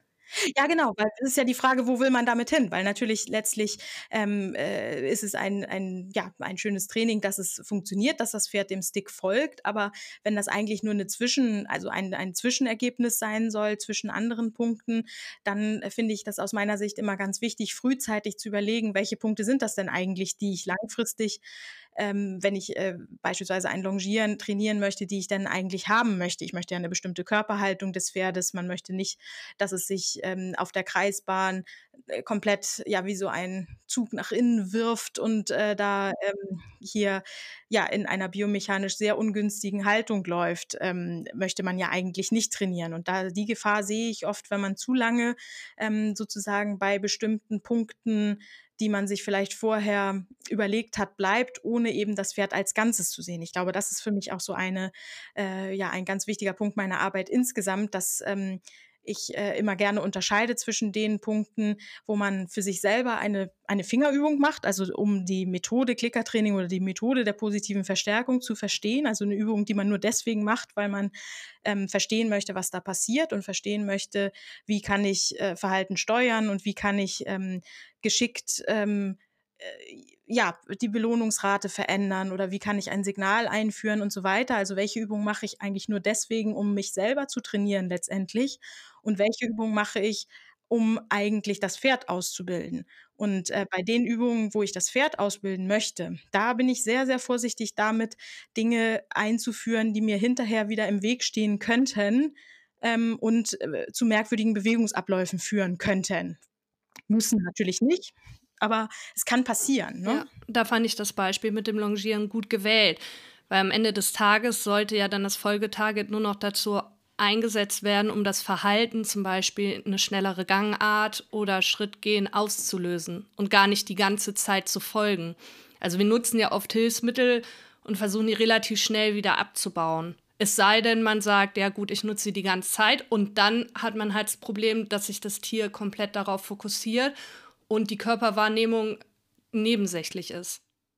Ja, genau, weil es ist ja die Frage, wo will man damit hin? Weil natürlich letztlich ähm, äh, ist es ein, ein, ja, ein schönes Training, dass es funktioniert, dass das Pferd dem Stick folgt. Aber wenn das eigentlich nur eine Zwischen, also ein, ein Zwischenergebnis sein soll zwischen anderen Punkten, dann äh, finde ich das aus meiner Sicht immer ganz wichtig, frühzeitig zu überlegen, welche Punkte sind das denn eigentlich, die ich langfristig ähm, wenn ich äh, beispielsweise ein Longieren trainieren möchte, die ich dann eigentlich haben möchte. Ich möchte ja eine bestimmte Körperhaltung des Pferdes. Man möchte nicht, dass es sich ähm, auf der Kreisbahn äh, komplett ja wie so ein Zug nach innen wirft und äh, da ähm, hier ja in einer biomechanisch sehr ungünstigen Haltung läuft, ähm, möchte man ja eigentlich nicht trainieren. Und da die Gefahr sehe ich oft, wenn man zu lange ähm, sozusagen bei bestimmten Punkten, die man sich vielleicht vorher überlegt hat, bleibt, ohne eben das Pferd als Ganzes zu sehen. Ich glaube, das ist für mich auch so eine, äh, ja, ein ganz wichtiger Punkt meiner Arbeit insgesamt, dass ähm, ich äh, immer gerne unterscheide zwischen den Punkten, wo man für sich selber eine, eine Fingerübung macht, also um die Methode Klickertraining oder die Methode der positiven Verstärkung zu verstehen, also eine Übung, die man nur deswegen macht, weil man ähm, verstehen möchte, was da passiert und verstehen möchte, wie kann ich äh, Verhalten steuern und wie kann ich ähm, geschickt ähm, äh, ja, die Belohnungsrate verändern oder wie kann ich ein Signal einführen und so weiter. Also welche Übung mache ich eigentlich nur deswegen, um mich selber zu trainieren letztendlich und welche Übung mache ich, um eigentlich das Pferd auszubilden. Und äh, bei den Übungen, wo ich das Pferd ausbilden möchte, da bin ich sehr, sehr vorsichtig damit, Dinge einzuführen, die mir hinterher wieder im Weg stehen könnten ähm, und äh, zu merkwürdigen Bewegungsabläufen führen könnten. Müssen natürlich nicht, aber es kann passieren, ne? Ja, da fand ich das Beispiel mit dem Longieren gut gewählt, weil am Ende des Tages sollte ja dann das Folgetarget nur noch dazu eingesetzt werden, um das Verhalten, zum Beispiel eine schnellere Gangart oder Schrittgehen auszulösen und gar nicht die ganze Zeit zu folgen. Also wir nutzen ja oft Hilfsmittel und versuchen die relativ schnell wieder abzubauen. Es sei denn, man sagt, ja gut, ich nutze sie die ganze Zeit und dann hat man halt das Problem, dass sich das Tier komplett darauf fokussiert und die Körperwahrnehmung nebensächlich ist.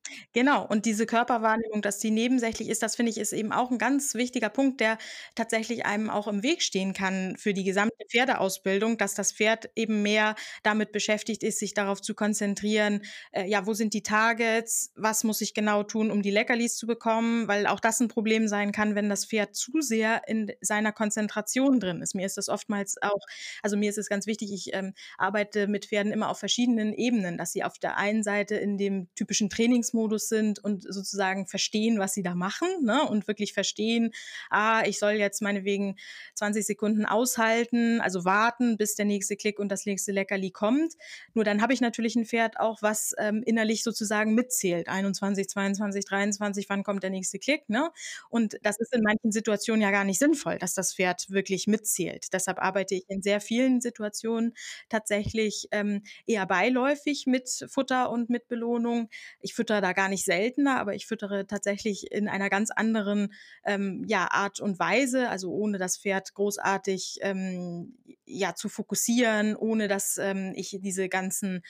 Genau, und diese Körperwahrnehmung, dass die nebensächlich ist, das finde ich, ist eben auch ein ganz wichtiger Punkt, der tatsächlich einem auch im Weg stehen kann für die gesamte Pferdeausbildung, dass das Pferd eben mehr damit beschäftigt ist, sich darauf zu konzentrieren, äh, ja, wo sind die Targets, was muss ich genau tun, um die Leckerlis zu bekommen, weil auch das ein Problem sein kann, wenn das Pferd zu sehr in seiner Konzentration drin ist. Mir ist das oftmals auch also, mir ist es ganz wichtig, ich, ähm, arbeite mit Pferden immer auf verschiedenen Ebenen, dass sie auf der einen Seite in dem typischen Trainingsmodus sind und sozusagen verstehen, was sie da machen, ne? Und wirklich verstehen, ah, ich soll jetzt meinetwegen zwanzig Sekunden aushalten, also warten, bis der nächste Klick und das nächste Leckerli kommt. Nur dann habe ich natürlich ein Pferd auch, was ähm, innerlich sozusagen mitzählt. einundzwanzig, zweiundzwanzig, dreiundzwanzig, wann kommt der nächste Klick, ne? Und das ist in manchen Situationen ja gar nicht sinnvoll, dass das Pferd wirklich mitzählt. Deshalb arbeite ich in sehr vielen Situationen tatsächlich ähm, eher beiläufig mit Futter und mit Belohnung. Ich füttere da gar nicht seltener, aber ich füttere tatsächlich in einer ganz anderen ähm, ja, Art und Weise, also ohne das Pferd großartig ähm, ja, zu fokussieren, ohne dass ähm, ich diese ganzen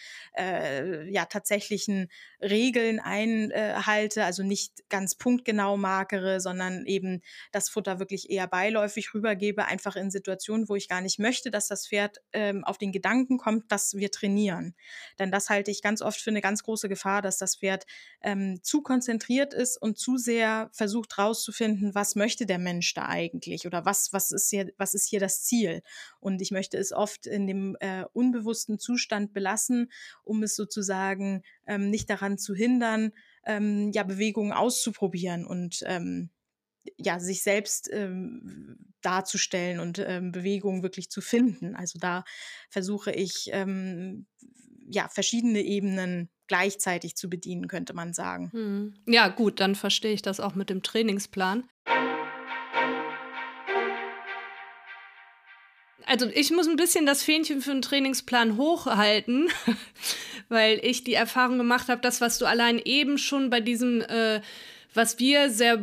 äh, ja, tatsächlichen Regeln einhalte, also nicht ganz punktgenau markere, sondern eben das Futter wirklich eher beiläufig rübergebe, einfach in Situationen, wo ich gar nicht möchte, dass das Pferd ähm, auf den Gedanken kommt, dass wir trainieren. Denn das halte ich ganz oft für eine ganz große Gefahr, dass das Pferd ähm, zu konzentriert ist und zu sehr versucht rauszufinden, was möchte der Mensch da eigentlich oder was, was, ist, hier, was ist hier das Ziel. Und ich möchte es oft in dem äh, unbewussten Zustand belassen, um es sozusagen ähm, nicht daran zu hindern, ähm, ja, Bewegungen auszuprobieren und ähm, ja, sich selbst ähm, darzustellen und ähm, Bewegungen wirklich zu finden. Also da versuche ich ähm, ja verschiedene Ebenen gleichzeitig zu bedienen, könnte man sagen. Mhm. Ja, gut, dann verstehe ich das auch mit dem Trainingsplan. Also, ich muss ein bisschen das Fähnchen für 'n Trainingsplan hochhalten, weil ich die Erfahrung gemacht habe, das, was du allein eben schon bei diesem, äh was wir sehr,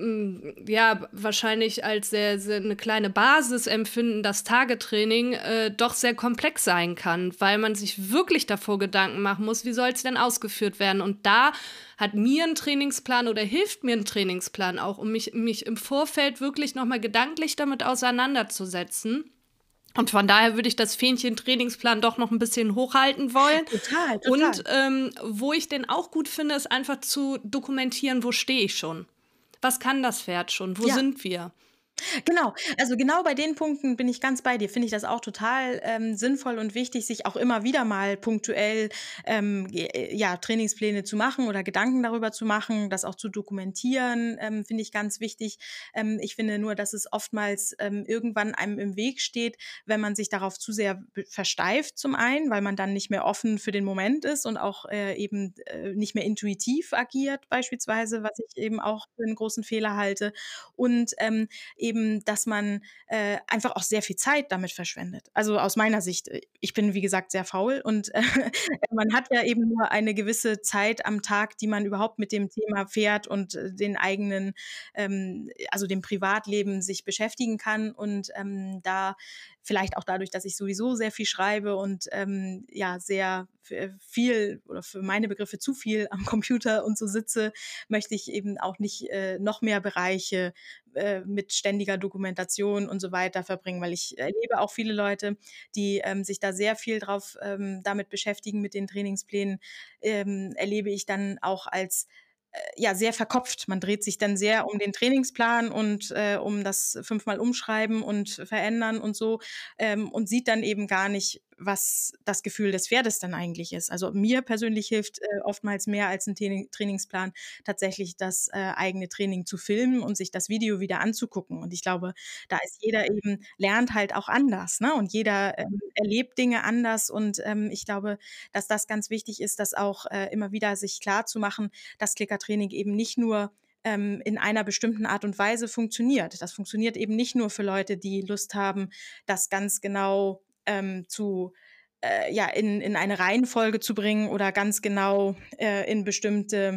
hm, ja, wahrscheinlich als sehr sehr 'ne kleine Basis empfinden, das Tagetraining, äh, doch sehr komplex sein kann, weil man sich wirklich davor Gedanken machen muss: „Wie soll's denn ausgeführt werden?“ Und da hat mir 'n Trainingsplan oder hilft mir 'n Trainingsplan auch, um mich mich im Vorfeld wirklich noch mal gedanklich damit auseinanderzusetzen. Und von daher würde ich das Fähnchen Trainingsplan doch noch ein bisschen hochhalten wollen. Total, Und, total. ähm, wo ich den auch gut finde, ist einfach zu dokumentieren, wo stehe ich schon? Was kann das Pferd schon? Wo Ja. sind wir? Genau, also genau bei den Punkten bin ich ganz bei dir. Finde ich das auch total ähm, sinnvoll und wichtig, sich auch immer wieder mal punktuell ähm, ge- äh, ja, Trainingspläne zu machen oder Gedanken darüber zu machen, das auch zu dokumentieren, ähm, finde ich ganz wichtig. Ähm, ich finde nur, dass es oftmals ähm, irgendwann einem im Weg steht, wenn man sich darauf zu sehr be- versteift zum einen, weil man dann nicht mehr offen für den Moment ist und auch äh, eben äh, nicht mehr intuitiv agiert beispielsweise, was ich eben auch für einen großen Fehler halte. Und ähm, eben, dass man äh, einfach auch sehr viel Zeit damit verschwendet. Also aus meiner Sicht, äh, ich bin wie gesagt sehr faul und äh, man hat ja eben nur eine gewisse Zeit am Tag, die man überhaupt mit dem Thema Pferd und äh, den eigenen, ähm, also dem Privatleben sich beschäftigen kann und ähm, da vielleicht auch dadurch, dass ich sowieso sehr viel schreibe und ähm, ja sehr f- viel oder für meine Begriffe zu viel am Computer und so sitze, möchte ich eben auch nicht äh, noch mehr Bereiche äh, mit ständiger Dokumentation und so weiter verbringen, weil ich erlebe auch viele Leute, die ähm, sich da sehr viel drauf ähm, damit beschäftigen mit den Trainingsplänen, ähm, erlebe ich dann auch als äh, ja, sehr verkopft. Man dreht sich dann sehr um den Trainingsplan und äh, um das fünfmal umschreiben und verändern und so ähm, und sieht dann eben gar nicht, was das Gefühl des Pferdes dann eigentlich ist. Also mir persönlich hilft äh, oftmals mehr als ein Training Trainingsplan tatsächlich das äh, eigene Training zu filmen und sich das Video wieder anzugucken. Und ich glaube, da ist jeder eben, lernt halt auch anders, ne? Und jeder ähm, erlebt Dinge anders. Und ähm, ich glaube, dass das ganz wichtig ist, das auch äh, immer wieder sich klar zu machen, dass Klickertraining eben nicht nur ähm, in einer bestimmten Art und Weise funktioniert. Das funktioniert eben nicht nur für Leute, die Lust haben, das ganz genau ähm, zu äh, ja, in, in eine Reihenfolge zu bringen oder ganz genau äh, in bestimmte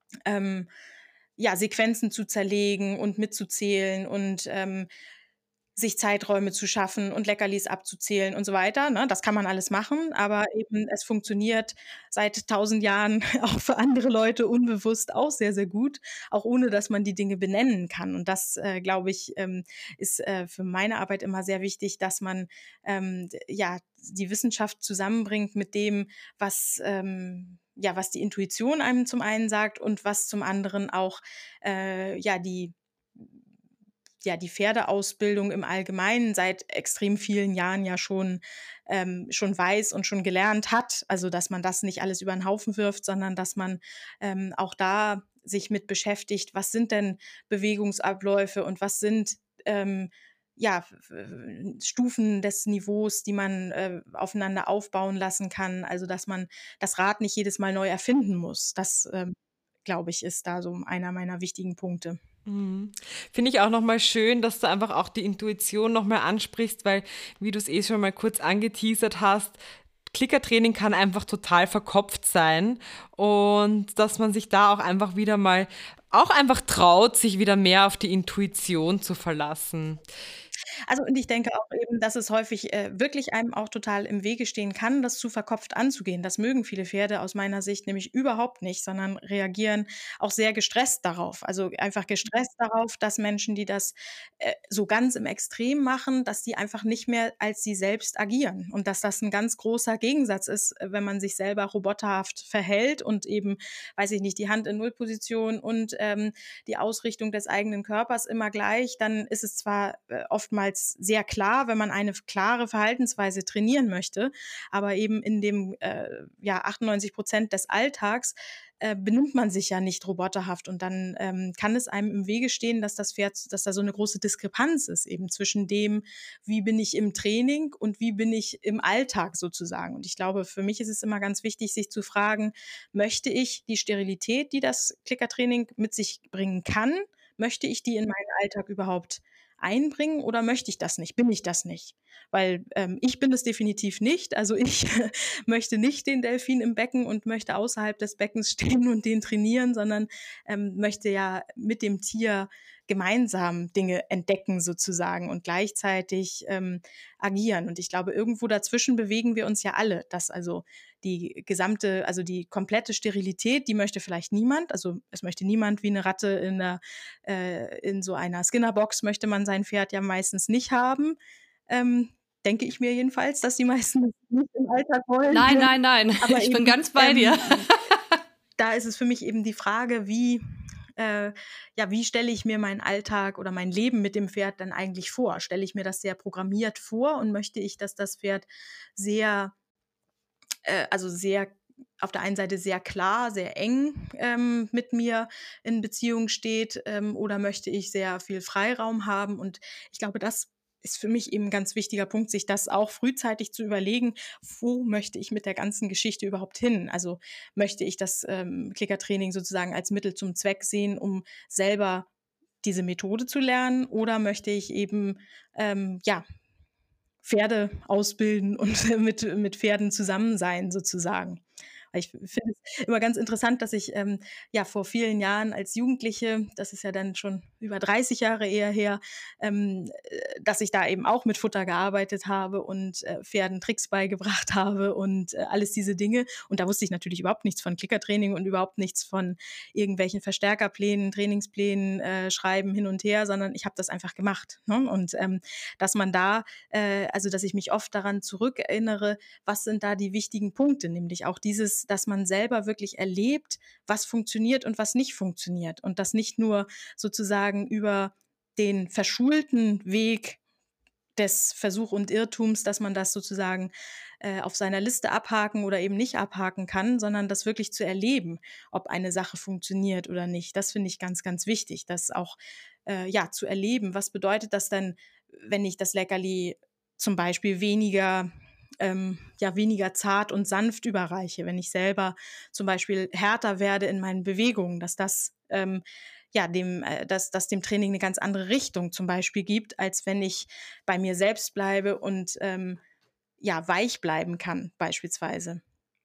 ähm, ja, Sequenzen zu zerlegen und mitzuzählen und ähm, sich Zeiträume zu schaffen und Leckerlis abzuzählen und so weiter, ne? Das kann man alles machen, aber eben es funktioniert seit tausend Jahren auch für andere Leute unbewusst auch sehr, sehr gut, auch ohne dass man die Dinge benennen kann. Und das, äh, glaube ich, ähm, ist äh, für meine Arbeit immer sehr wichtig, dass man ähm, d- ja die Wissenschaft zusammenbringt mit dem, was ähm, ja, was die Intuition einem zum einen sagt und was zum anderen auch äh, ja die ja, die Pferdeausbildung im Allgemeinen seit extrem vielen Jahren ja schon, ähm, schon weiß und schon gelernt hat. Also, dass man das nicht alles über den Haufen wirft, sondern dass man ähm, auch da sich mit beschäftigt, was sind denn Bewegungsabläufe und was sind ähm, ja, f- f- Stufen des Niveaus, die man äh, aufeinander aufbauen lassen kann. Also, dass man das Rad nicht jedes Mal neu erfinden muss. Das, ähm, glaube ich, ist da so einer meiner wichtigen Punkte. Mhm. Finde ich auch nochmal schön, dass du einfach auch die Intuition nochmal ansprichst, weil, wie du es eh schon mal kurz angeteasert hast, Klickertraining kann einfach total verkopft sein und dass man sich da auch einfach wieder mal, auch einfach traut, sich wieder mehr auf die Intuition zu verlassen. Also, und ich denke auch eben, dass es häufig, äh, wirklich einem auch total im Wege stehen kann, das zu verkopft anzugehen. Das mögen viele Pferde aus meiner Sicht nämlich überhaupt nicht, sondern reagieren auch sehr gestresst darauf. Also, einfach gestresst darauf, dass Menschen, die das, äh, so ganz im Extrem machen, dass die einfach nicht mehr als sie selbst agieren und dass das ein ganz großer Gegensatz ist, äh, wenn man sich selber roboterhaft verhält und eben, weiß ich nicht, die Hand in Nullposition und, ähm, die Ausrichtung des eigenen Körpers immer gleich, dann ist es zwar äh, oftmals sehr klar, wenn man eine klare Verhaltensweise trainieren möchte, aber eben in dem äh, ja, achtundneunzig Prozent des Alltags äh, benimmt man sich ja nicht roboterhaft und dann ähm, kann es einem im Wege stehen, dass das Pferd, dass da so eine große Diskrepanz ist eben zwischen dem, wie bin ich im Training und wie bin ich im Alltag sozusagen. Und ich glaube, für mich ist es immer ganz wichtig, sich zu fragen, möchte ich die Sterilität, die das Klickertraining mit sich bringen kann, möchte ich die in meinen Alltag überhaupt einbringen oder möchte ich das nicht? Bin ich das nicht? Weil ähm, ich bin es definitiv nicht. Also ich möchte nicht den Delfin im Becken und möchte außerhalb des Beckens stehen und den trainieren, sondern ähm, möchte ja mit dem Tier gemeinsam Dinge entdecken sozusagen und gleichzeitig ähm, agieren. Und ich glaube, irgendwo dazwischen bewegen wir uns ja alle, dass also die gesamte, also die komplette Sterilität, die möchte vielleicht niemand. Also es möchte niemand wie eine Ratte in, einer, äh, in so einer Skinnerbox möchte man sein Pferd ja meistens nicht haben. Ähm, denke ich mir jedenfalls, dass die meisten das nicht im Alltag wollen. Nein, nein, nein. Aber Ich bin eben, ganz bei dir. ähm, da ist es für mich eben die Frage, wie, äh, ja, wie stelle ich mir meinen Alltag oder mein Leben mit dem Pferd dann eigentlich vor? Stelle ich mir das sehr programmiert vor und möchte ich, dass das Pferd sehr äh, also sehr auf der einen Seite sehr klar, sehr eng ähm, mit mir in Beziehung steht ähm, oder möchte ich sehr viel Freiraum haben? Und ich glaube, das ist für mich eben ein ganz wichtiger Punkt, sich das auch frühzeitig zu überlegen, wo möchte ich mit der ganzen Geschichte überhaupt hin? Also möchte ich das ähm, Klickertraining sozusagen als Mittel zum Zweck sehen, um selber diese Methode zu lernen oder möchte ich eben ähm, ja Pferde ausbilden und mit mit Pferden zusammen sein sozusagen. Weil ich finde es immer ganz interessant, dass ich, ähm, ja, vor vielen Jahren als Jugendliche, das ist ja dann schon über dreißig Jahre eher her, ähm, äh, dass ich da eben auch mit Futter gearbeitet habe und, äh, Pferden Tricks beigebracht habe und, äh, alles diese Dinge. Und da wusste ich natürlich überhaupt nichts von Klickertraining und überhaupt nichts von irgendwelchen Verstärkerplänen, Trainingsplänen, äh, schreiben hin und her, sondern ich habe das einfach gemacht, ne? Und, ähm, dass man da äh, also dass ich mich oft daran zurückerinnere, was sind da die wichtigen Punkte, nämlich auch dieses, dass man selber wirklich erlebt, was funktioniert und was nicht funktioniert und das nicht nur sozusagen über den verschulten Weg des Versuch und Irrtums, dass man das sozusagen äh, auf seiner Liste abhaken oder eben nicht abhaken kann, sondern das wirklich zu erleben, ob eine Sache funktioniert oder nicht. Das finde ich ganz, ganz wichtig, das auch äh, ja, zu erleben. Was bedeutet das denn, wenn ich das Leckerli zum Beispiel weniger ähm, ja, weniger zart und sanft überreiche, wenn ich selber zum Beispiel härter werde in meinen Bewegungen, dass das ähm, ja, dem, äh, dass das dem Training eine ganz andere Richtung zum Beispiel gibt, als wenn ich bei mir selbst bleibe und ähm, ja, weich bleiben kann, beispielsweise.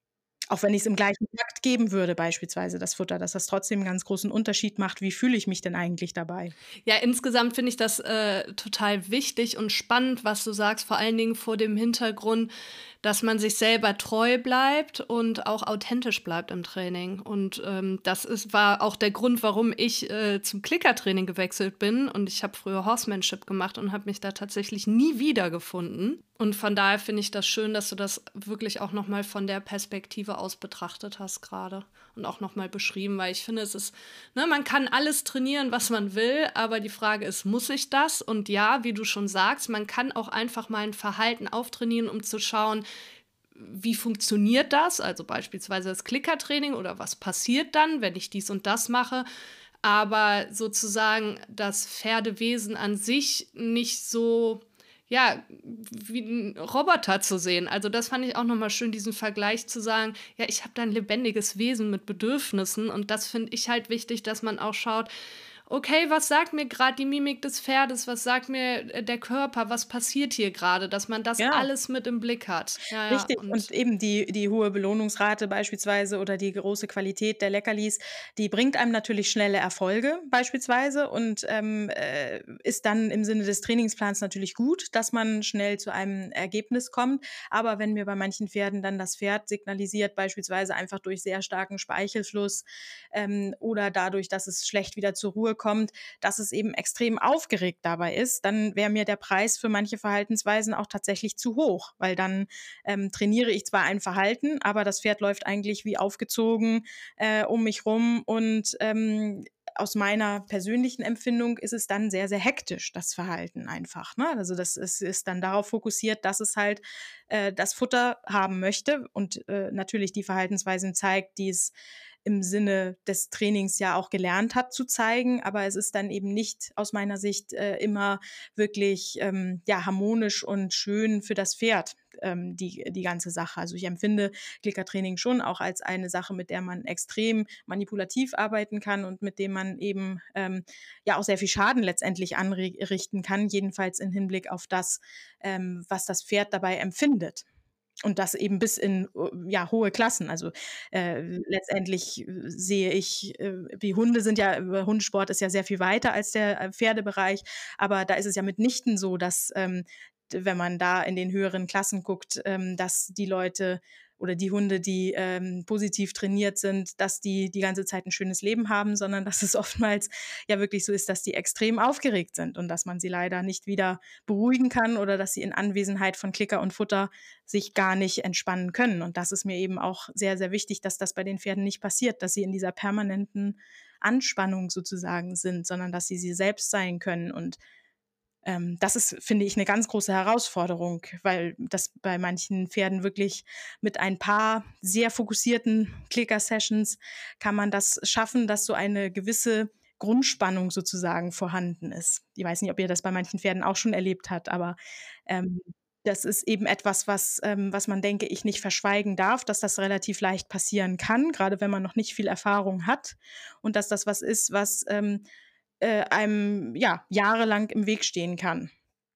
Auch wenn ich es im gleichen Takt geben würde beispielsweise, das Futter, dass das trotzdem 'n ganz großen Unterschied macht. Wie fühle ich mich denn eigentlich dabei? Ja, insgesamt finde ich das, äh, total wichtig und spannend, was du sagst, vor allen Dingen vor dem Hintergrund, dass man sich selber treu bleibt und auch authentisch bleibt im Training. Und, ähm, das ist war auch der Grund, warum ich, äh, zum Klickertraining gewechselt bin. Und ich habe früher Horsemanship gemacht und habe mich da tatsächlich nie wiedergefunden. Und von daher finde ich das schön, dass du das wirklich auch noch mal von der Perspektive aus betrachtet hast gerade und auch noch mal beschrieben, weil ich finde, es ist ne, man kann alles trainieren, was man will, aber die Frage ist, muss ich das? Und ja, wie du schon sagst, man kann auch einfach mal ein Verhalten auftrainieren, um zu schauen, wie funktioniert das? Also beispielsweise das Klickertraining oder was passiert dann, wenn ich dies und das mache? Aber sozusagen das Pferdewesen an sich nicht so, ja, wie ein Roboter zu sehen. Also das fand ich auch noch mal schön, diesen Vergleich zu sagen, ja, ich habe da ein lebendiges Wesen mit Bedürfnissen und das finde ich halt wichtig, dass man auch schaut, okay, was sagt mir gerade die Mimik des Pferdes, was sagt mir äh, der Körper, was passiert hier gerade, dass man das Ja. alles mit im Blick hat. Ja, ja, Richtig. Und und eben die die hohe Belohnungsrate beispielsweise oder die große Qualität der Leckerlis, die bringt einem natürlich schnelle Erfolge beispielsweise und, ähm, äh, ist dann im Sinne des Trainingsplans natürlich gut, dass man schnell zu einem Ergebnis kommt. Aber wenn mir bei manchen Pferden dann das Pferd signalisiert, beispielsweise einfach durch sehr starken Speichelfluss, ähm, oder dadurch, dass es schlecht wieder zur Ruhe kommt, dass es eben extrem aufgeregt dabei ist, dann wäre mir der Preis für manche Verhaltensweisen auch tatsächlich zu hoch, weil dann ähm, trainiere ich zwar ein Verhalten, aber das Pferd läuft eigentlich wie aufgezogen äh, um mich rum und ähm, aus meiner persönlichen Empfindung ist es dann sehr, sehr hektisch, das Verhalten einfach. Ne? Also das ist, ist dann darauf fokussiert, dass es halt äh, das Futter haben möchte und äh, natürlich die Verhaltensweisen zeigt, die es im Sinne des Trainings ja auch gelernt hat zu zeigen, aber es ist dann eben nicht aus meiner Sicht äh, immer wirklich ähm, ja, harmonisch und schön für das Pferd, ähm, die, die ganze Sache. Also ich empfinde Klickertraining schon auch als eine Sache, mit der man extrem manipulativ arbeiten kann und mit dem man eben ähm, ja auch sehr viel Schaden letztendlich anrichten kann, jedenfalls im Hinblick auf das, ähm, was das Pferd dabei empfindet. Und das eben bis in äh, ja, hohe Klassen. Also äh, letztendlich äh, sehe ich, äh, wie Hunde sind ja, äh, Hundesport ist ja sehr viel weiter als der äh, Pferdebereich, aber da ist es ja mitnichten so, dass ähm, d- wenn man da in den höheren Klassen guckt, ähm, dass die Leute oder die Hunde, die ähm, positiv trainiert sind, dass die die ganze Zeit ein schönes Leben haben, sondern dass es oftmals ja wirklich so ist, dass die extrem aufgeregt sind und dass man sie leider nicht wieder beruhigen kann oder dass sie in Anwesenheit von Klicker und Futter sich gar nicht entspannen können. Und das ist mir eben auch sehr, sehr wichtig, dass das bei den Pferden nicht passiert, dass sie in dieser permanenten Anspannung sozusagen sind, sondern dass sie sie selbst sein können. Und ähm, das ist, finde ich, eine ganz große Herausforderung, weil das bei manchen Pferden wirklich mit ein paar sehr fokussierten Clicker-Sessions kann man das schaffen, dass so eine gewisse Grundspannung sozusagen vorhanden ist. Ich weiß nicht, ob ihr das bei manchen Pferden auch schon erlebt habt, aber ähm, das ist eben etwas, was, ähm, was man, denke ich, nicht verschweigen darf, dass das relativ leicht passieren kann, gerade wenn man noch nicht viel Erfahrung hat und dass das was ist, was ähm, äh, einem ja, jahrelang im Weg stehen kann.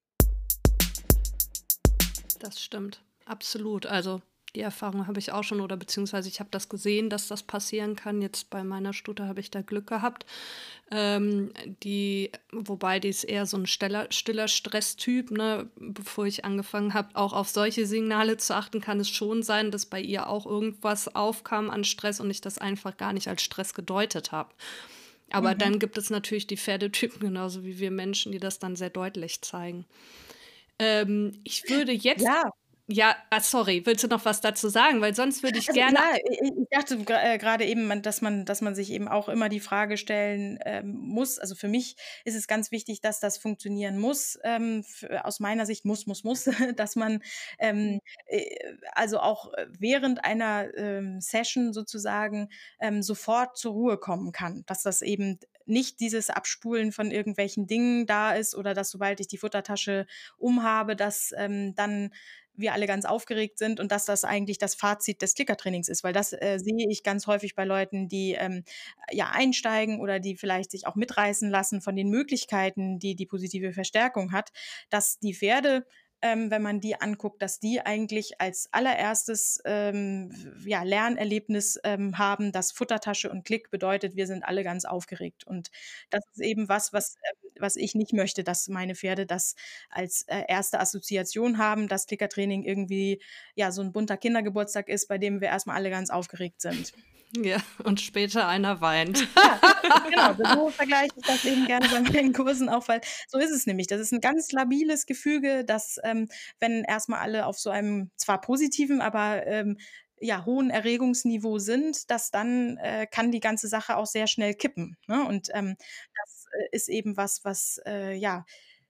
das stimmt, absolut. Also die Erfahrung habe ich auch schon oder beziehungsweise ich habe das gesehen, dass das passieren kann. Jetzt bei meiner Stute habe ich da Glück gehabt. Ähm, die, wobei die ist eher so ein stiller, stiller Stresstyp, ne? Bevor ich angefangen habe, auch auf solche Signale zu achten, kann es schon sein, dass bei ihr auch irgendwas aufkam an Stress und ich das einfach gar nicht als Stress gedeutet habe. Aber Mhm. dann gibt es natürlich die Pferdetypen, genauso wie wir Menschen, die das dann sehr deutlich zeigen. Ähm, ich würde jetzt, Ja, ja, ah, sorry, willst du noch was dazu sagen? Weil sonst würde ich also gerne, ja, i ich dachte gra äh, grade eben, man dass man dass man sich eben auch immer die Frage stellen, ähm, muss also, für mich ist es ganz wichtig, dass das funktionieren muss, ähm, f aus meiner Sicht muss, muss, muss, dass man, ähm, äh, also auch äh, während einer, ähm, Session sozusagen, ähm, sofort zur Ruhe kommen kann. Dass das eben nicht dieses Abspulen von irgendwelchen Dingen da ist oder dass, sobald ich die Futtertasche umhabe, dass, ähm, dann wir alle ganz aufgeregt sind und dass das eigentlich das Fazit des Klickertrainings ist, weil das äh, sehe ich ganz häufig bei Leuten, die ähm, ja einsteigen oder die vielleicht sich auch mitreißen lassen von den Möglichkeiten, die die positive Verstärkung hat, dass die Pferde ähm, wenn man die anguckt, dass die eigentlich als allererstes ähm, ja, Lernerlebnis ähm, haben, dass Futtertasche und Klick bedeutet, wir sind alle ganz aufgeregt. Und das ist eben was, was, ähm, was ich nicht möchte, dass meine Pferde das als äh, erste Assoziation haben, dass Klickertraining irgendwie ja so ein bunter Kindergeburtstag ist, bei dem wir erstmal alle ganz aufgeregt sind. Ja, und später einer weint. Ja, genau, so vergleiche ich das eben gerne bei meinen Kursen auch, weil so ist es nämlich. Das ist ein ganz labiles Gefüge, dass, ähm, wenn erstmal alle auf so einem zwar positiven, aber, ähm, ja, hohen Erregungsniveau sind, dass dann, äh, kann die ganze Sache auch sehr schnell kippen, ne? Und, ähm, das, äh, ist eben was, was, äh, ja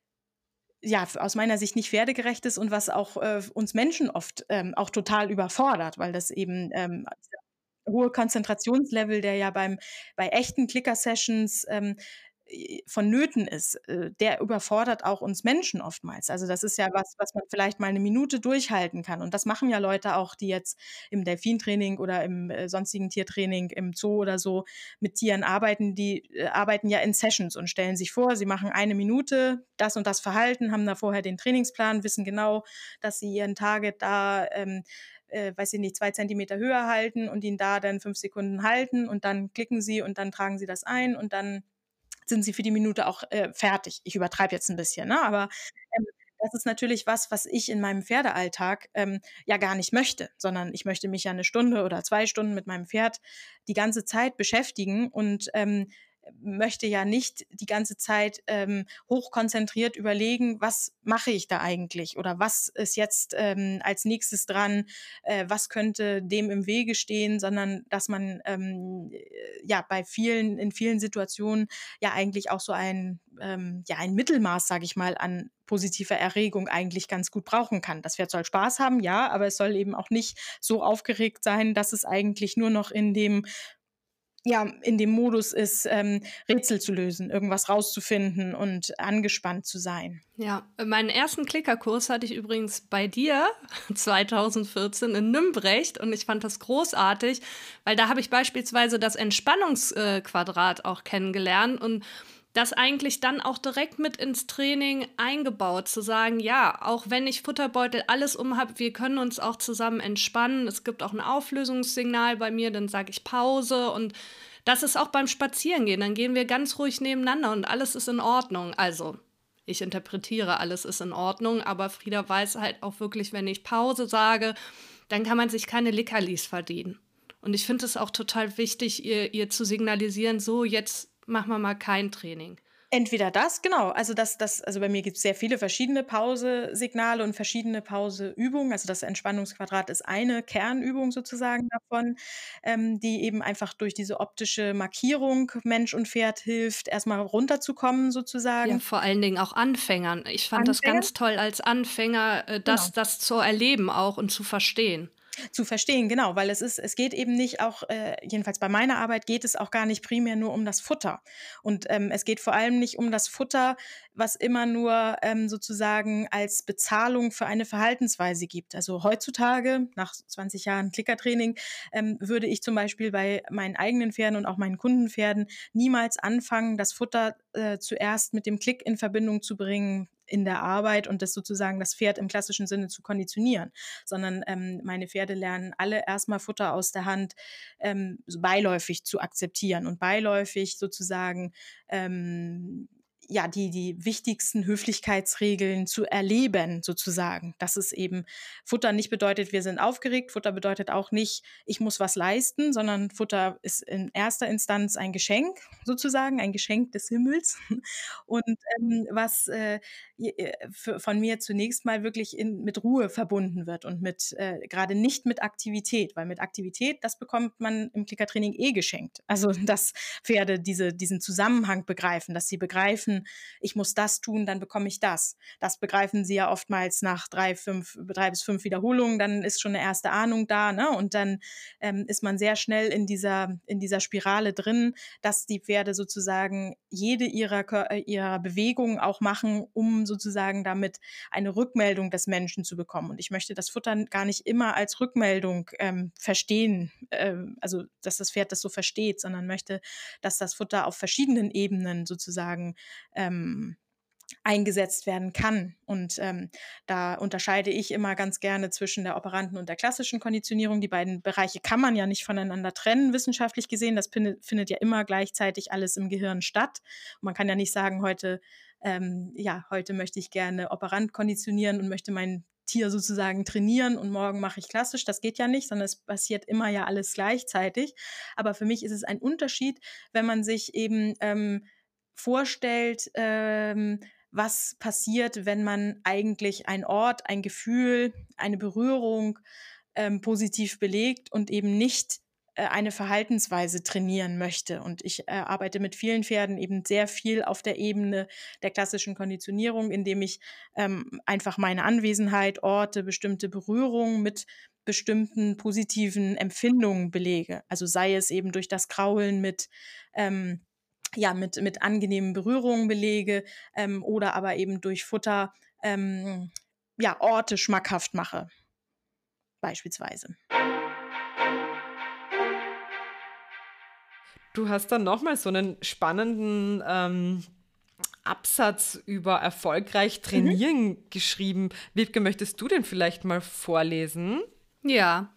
ja, f aus meiner Sicht nicht pferdegerecht ist und was auch, äh, uns Menschen oft, ähm, auch total überfordert, weil das eben, ähm hohe Konzentrationslevel, der ja beim bei echten Clicker-Sessions, ähm, äh, vonnöten ist, äh, der überfordert auch uns Menschen oftmals. Also, das ist ja was, was man vielleicht mal eine Minute durchhalten kann. Und das machen ja Leute auch, die jetzt im Delfintraining oder im, äh, sonstigen Tiertraining im Zoo oder so mit Tieren arbeiten. Die, äh, arbeiten ja in Sessions und stellen sich vor, sie machen eine Minute das und das Verhalten, haben da vorher den Trainingsplan, wissen genau, dass sie ihren Target da, ähm, äh, weiß ich nicht, zwei Zentimeter höher halten und ihn da dann fünf Sekunden halten und dann klicken sie und dann tragen sie das ein und dann sind sie für die Minute auch, äh, fertig. Ich übertreibe jetzt ein bisschen, ne? Aber, ähm, das ist natürlich was, was ich in meinem Pferdealltag, ähm, ja gar nicht möchte, sondern ich möchte mich ja eine Stunde oder zwei Stunden mit meinem Pferd die ganze Zeit beschäftigen und, ähm, möchte ja nicht die ganze Zeit, ähm, hochkonzentriert überlegen: „Was mache ich da eigentlich?“ Oder „Was ist jetzt, ähm, als Nächstes dran? Äh, was könnte dem im Wege stehen?“ Sondern dass man, ähm, äh, ja, bei vielen in vielen Situationen ja eigentlich auch so ein, ähm ja, ein Mittelmaß, sage ich mal, an positiver Erregung eigentlich ganz gut brauchen kann. Das Pferd soll Spaß haben, ja, aber es soll eben auch nicht so aufgeregt sein, dass es eigentlich nur noch in dem ja, in dem Modus ist, ähm, Rätsel zu lösen, irgendwas rauszufinden und angespannt zu sein. Ja, meinen ersten Klickerkurs hatte ich übrigens bei dir zweitausendvierzehn in Nümbrecht und ich fand das großartig, weil da habe ich beispielsweise das Entspannungsquadrat auch kennengelernt und das eigentlich dann auch direkt mit ins Training eingebaut, zu sagen, ja, auch wenn ich Futterbeutel alles um habe, wir können uns auch zusammen entspannen. Es gibt auch ein Auflösungssignal bei mir, dann sage ich Pause und das ist auch beim Spazierengehen. Dann gehen wir ganz ruhig nebeneinander und alles ist in Ordnung. Also, ich interpretiere, alles ist in Ordnung, aber Frieda weiß halt auch wirklich, wenn ich Pause sage, dann kann man sich keine Lickerlis verdienen. Und ich finde es auch total wichtig, ihr, ihr zu signalisieren, so, jetzt machen wir mal kein Training. Entweder das, genau. Also das das also bei mir gibt's sehr viele verschiedene Pausesignale und verschiedene Pauseübungen. Also das Entspannungsquadrat ist eine Kernübung sozusagen davon, ähm, die eben einfach durch diese optische Markierung Mensch und Pferd hilft, erstmal runterzukommen Ja, sozusagen. vor allen Dingen auch Anfängern. Ich fand das Anfänger? ganz toll als Anfänger, äh, Genau. das, das zu erleben auch und zu verstehen. Zu verstehen, genau, weil es ist es geht eben nicht auch, äh jedenfalls bei meiner Arbeit geht es auch gar nicht primär nur um das Futter. Und, ähm, es geht vor allem nicht um das Futter, was immer nur, ähm, sozusagen als Bezahlung für eine Verhaltensweise gibt. Also, heutzutage, nach zwanzig Jahren Klickertraining, ähm, würde ich zum Beispiel bei meinen eigenen Pferden und auch meinen Kundenpferden niemals anfangen, das Futter, äh, zuerst mit dem Klick in Verbindung zu bringen in der Arbeit und das sozusagen das Pferd im klassischen Sinne zu konditionieren, sondern, ähm, meine Pferde lernen alle erstmal Futter aus der Hand, ähm, so beiläufig zu akzeptieren und beiläufig sozusagen, ähm, ja, die die wichtigsten Höflichkeitsregeln zu erleben sozusagen. Dass es eben Futter nicht bedeutet, wir sind aufgeregt. Futter bedeutet auch nicht, ich muss was leisten, sondern Futter ist in erster Instanz ein Geschenk sozusagen, ein Geschenk des Himmels und, ähm, was, äh, j äh, für von mir zunächst mal wirklich in mit Ruhe verbunden wird und mit äh, grade nicht mit Aktivität, weil mit Aktivität, das bekommt man im Klickertraining eh geschenkt. Also, dass Pferde diese diesen Zusammenhang begreifen, dass sie begreifen: „Ich muss das tun, dann bekomme ich das.“ Das begreifen sie ja oftmals nach drei, fünf drei bis fünf Wiederholungen, dann ist schon 'ne erste Ahnung da, ne? Und dann, ähm, ist man sehr schnell in dieser in dieser Spirale drin, dass die Pferde sozusagen jede ihrer Kör äh, ihrer Bewegungen auch machen, um sozusagen damit eine Rückmeldung des Menschen zu bekommen. Und ich möchte das Futtern gar nicht immer als Rückmeldung, ähm, verstehen, ähm, also, dass das Pferd das so versteht, sondern möchte, dass das Futter auf verschiedenen Ebenen sozusagen, ähm eingesetzt werden kann. Und ähm, da unterscheide ich immer ganz gerne zwischen der operanten und der klassischen Konditionierung. Die beiden Bereiche kann man ja nicht voneinander trennen, wissenschaftlich gesehen. Das findet, findet ja immer gleichzeitig alles im Gehirn statt. Und man kann ja nicht sagen, heute, ähm, ja, heute möchte ich gerne operant konditionieren und möchte mein Tier sozusagen trainieren und morgen mache ich klassisch. Das geht ja nicht, sondern es passiert immer ja alles gleichzeitig. Aber für mich ist es ein Unterschied, wenn man sich eben ähm, vorstellt, ähm, was passiert, wenn man eigentlich einen Ort, ein Gefühl, eine Berührung ähm, positiv belegt und eben nicht äh, eine Verhaltensweise trainieren möchte. Und ich äh, arbeite mit vielen Pferden eben sehr viel auf der Ebene der klassischen Konditionierung, indem ich ähm, einfach meine Anwesenheit, Orte, bestimmte Berührungen mit bestimmten positiven Empfindungen belege. Also sei es eben durch das Kraulen mit ähm, ja, mit, mit angenehmen Berührungen belege ähm, oder aber eben durch Futter ähm, ja, Orte schmackhaft mache, beispielsweise. Du hast dann nochmal so einen spannenden ähm, Absatz über erfolgreich trainieren mhm. geschrieben. Wiebke, möchtest du den vielleicht mal vorlesen? Ja,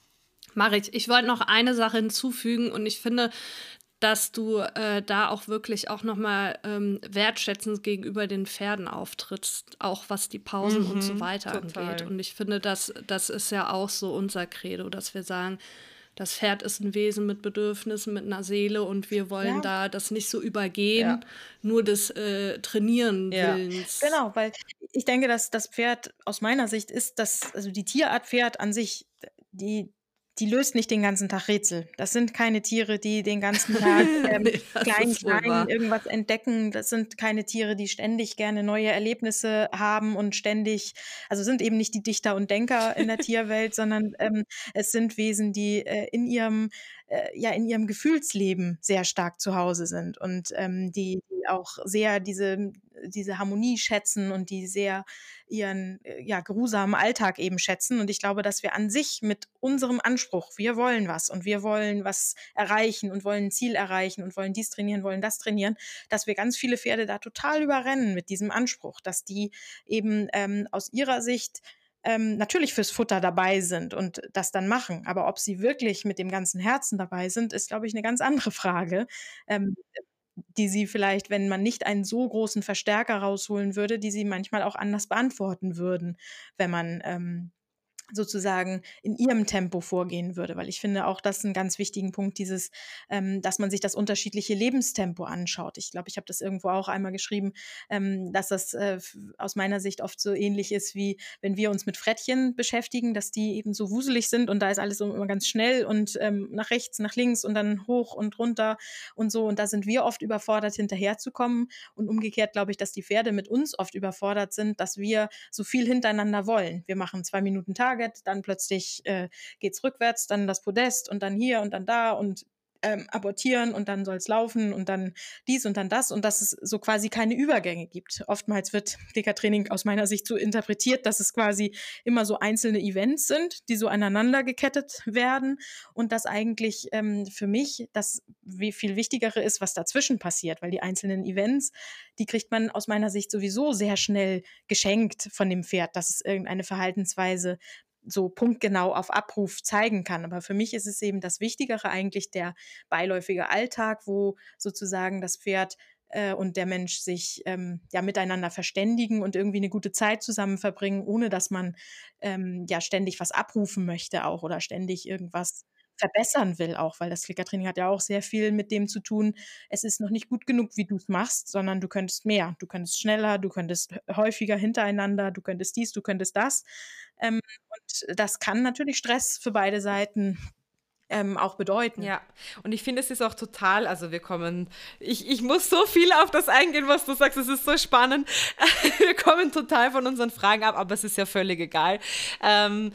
mache ich. Ich wollte noch eine Sache hinzufügen und ich finde, dass du äh, da auch wirklich auch nochmal ähm, wertschätzend gegenüber den Pferden auftrittst, auch was die Pausen mhm, und so weiter total. angeht. Und ich finde, das, das ist ja auch so unser Credo, dass wir sagen, das Pferd ist ein Wesen mit Bedürfnissen, mit einer Seele und wir wollen ja. da das nicht so übergehen, ja. nur des äh, Trainieren ja. Willens. Genau, weil ich denke, dass das Pferd aus meiner Sicht ist, dass also die Tierart Pferd an sich, die die löst nicht den ganzen Tag Rätsel. Das sind keine Tiere, die den ganzen Tag ähm, nee, klein, klein irgendwas entdecken. Das sind keine Tiere, die ständig gerne neue Erlebnisse haben und ständig, also sind eben nicht die Dichter und Denker in der Tierwelt, sondern ähm, es sind Wesen, die äh, in ihrem äh, ja in ihrem Gefühlsleben sehr stark zu Hause sind und ähm, die, die auch sehr diese diese Harmonie schätzen und die sehr ihren ja, geruhsamen Alltag eben schätzen. Und ich glaube, dass wir an sich mit unserem Anspruch, wir wollen was und wir wollen was erreichen und wollen ein Ziel erreichen und wollen dies trainieren, wollen das trainieren, dass wir ganz viele Pferde da total überrennen mit diesem Anspruch, dass die eben ähm, aus ihrer Sicht ähm, natürlich fürs Futter dabei sind und das dann machen. Aber ob sie wirklich mit dem ganzen Herzen dabei sind, ist, glaube ich, eine ganz andere Frage. Ähm, die sie vielleicht, wenn man nicht einen so großen Verstärker rausholen würde, die sie manchmal auch anders beantworten würden, wenn man ähm, sozusagen in ihrem Tempo vorgehen würde, weil ich finde auch das einen ganz wichtigen Punkt, dieses, ähm, dass man sich das unterschiedliche Lebenstempo anschaut. Ich glaube, ich habe das irgendwo auch einmal geschrieben, ähm, dass das äh, aus meiner Sicht oft so ähnlich ist, wie wenn wir uns mit Frettchen beschäftigen, dass die eben so wuselig sind und da ist alles immer ganz schnell und ähm, nach rechts, nach links und dann hoch und runter und so und da sind wir oft überfordert, hinterherzukommen und umgekehrt glaube ich, dass die Pferde mit uns oft überfordert sind, dass wir so viel hintereinander wollen. Wir machen zwei Minuten Tag, dann plötzlich äh, geht es rückwärts, dann das Podest und dann hier und dann da und ähm, abortieren und dann soll es laufen und dann dies und dann das und dass es so quasi keine Übergänge gibt. Oftmals wird Klickertraining aus meiner Sicht so interpretiert, dass es quasi immer so einzelne Events sind, die so aneinander gekettet werden und dass eigentlich ähm, für mich das wie viel Wichtigere ist, was dazwischen passiert, weil die einzelnen Events, die kriegt man aus meiner Sicht sowieso sehr schnell geschenkt von dem Pferd, dass es irgendeine Verhaltensweise so punktgenau auf Abruf zeigen kann. Aber für mich ist es eben das Wichtigere eigentlich der beiläufige Alltag, wo sozusagen das Pferd äh, und der Mensch sich ähm, ja miteinander verständigen und irgendwie eine gute Zeit zusammen verbringen, ohne dass man ähm, ja ständig was abrufen möchte auch oder ständig irgendwas verbessern will auch, weil das Klickertraining hat ja auch sehr viel mit dem zu tun, es ist noch nicht gut genug, wie du es machst, sondern du könntest mehr, du könntest schneller, du könntest häufiger hintereinander, du könntest dies, du könntest das. Ähm, und das kann natürlich Stress für beide Seiten ähm, auch bedeuten. Ja, und ich finde, es ist auch total, also wir kommen, ich, ich muss so viel auf das eingehen, was du sagst, es ist so spannend. Wir kommen total von unseren Fragen ab, aber es ist ja völlig egal. Ähm,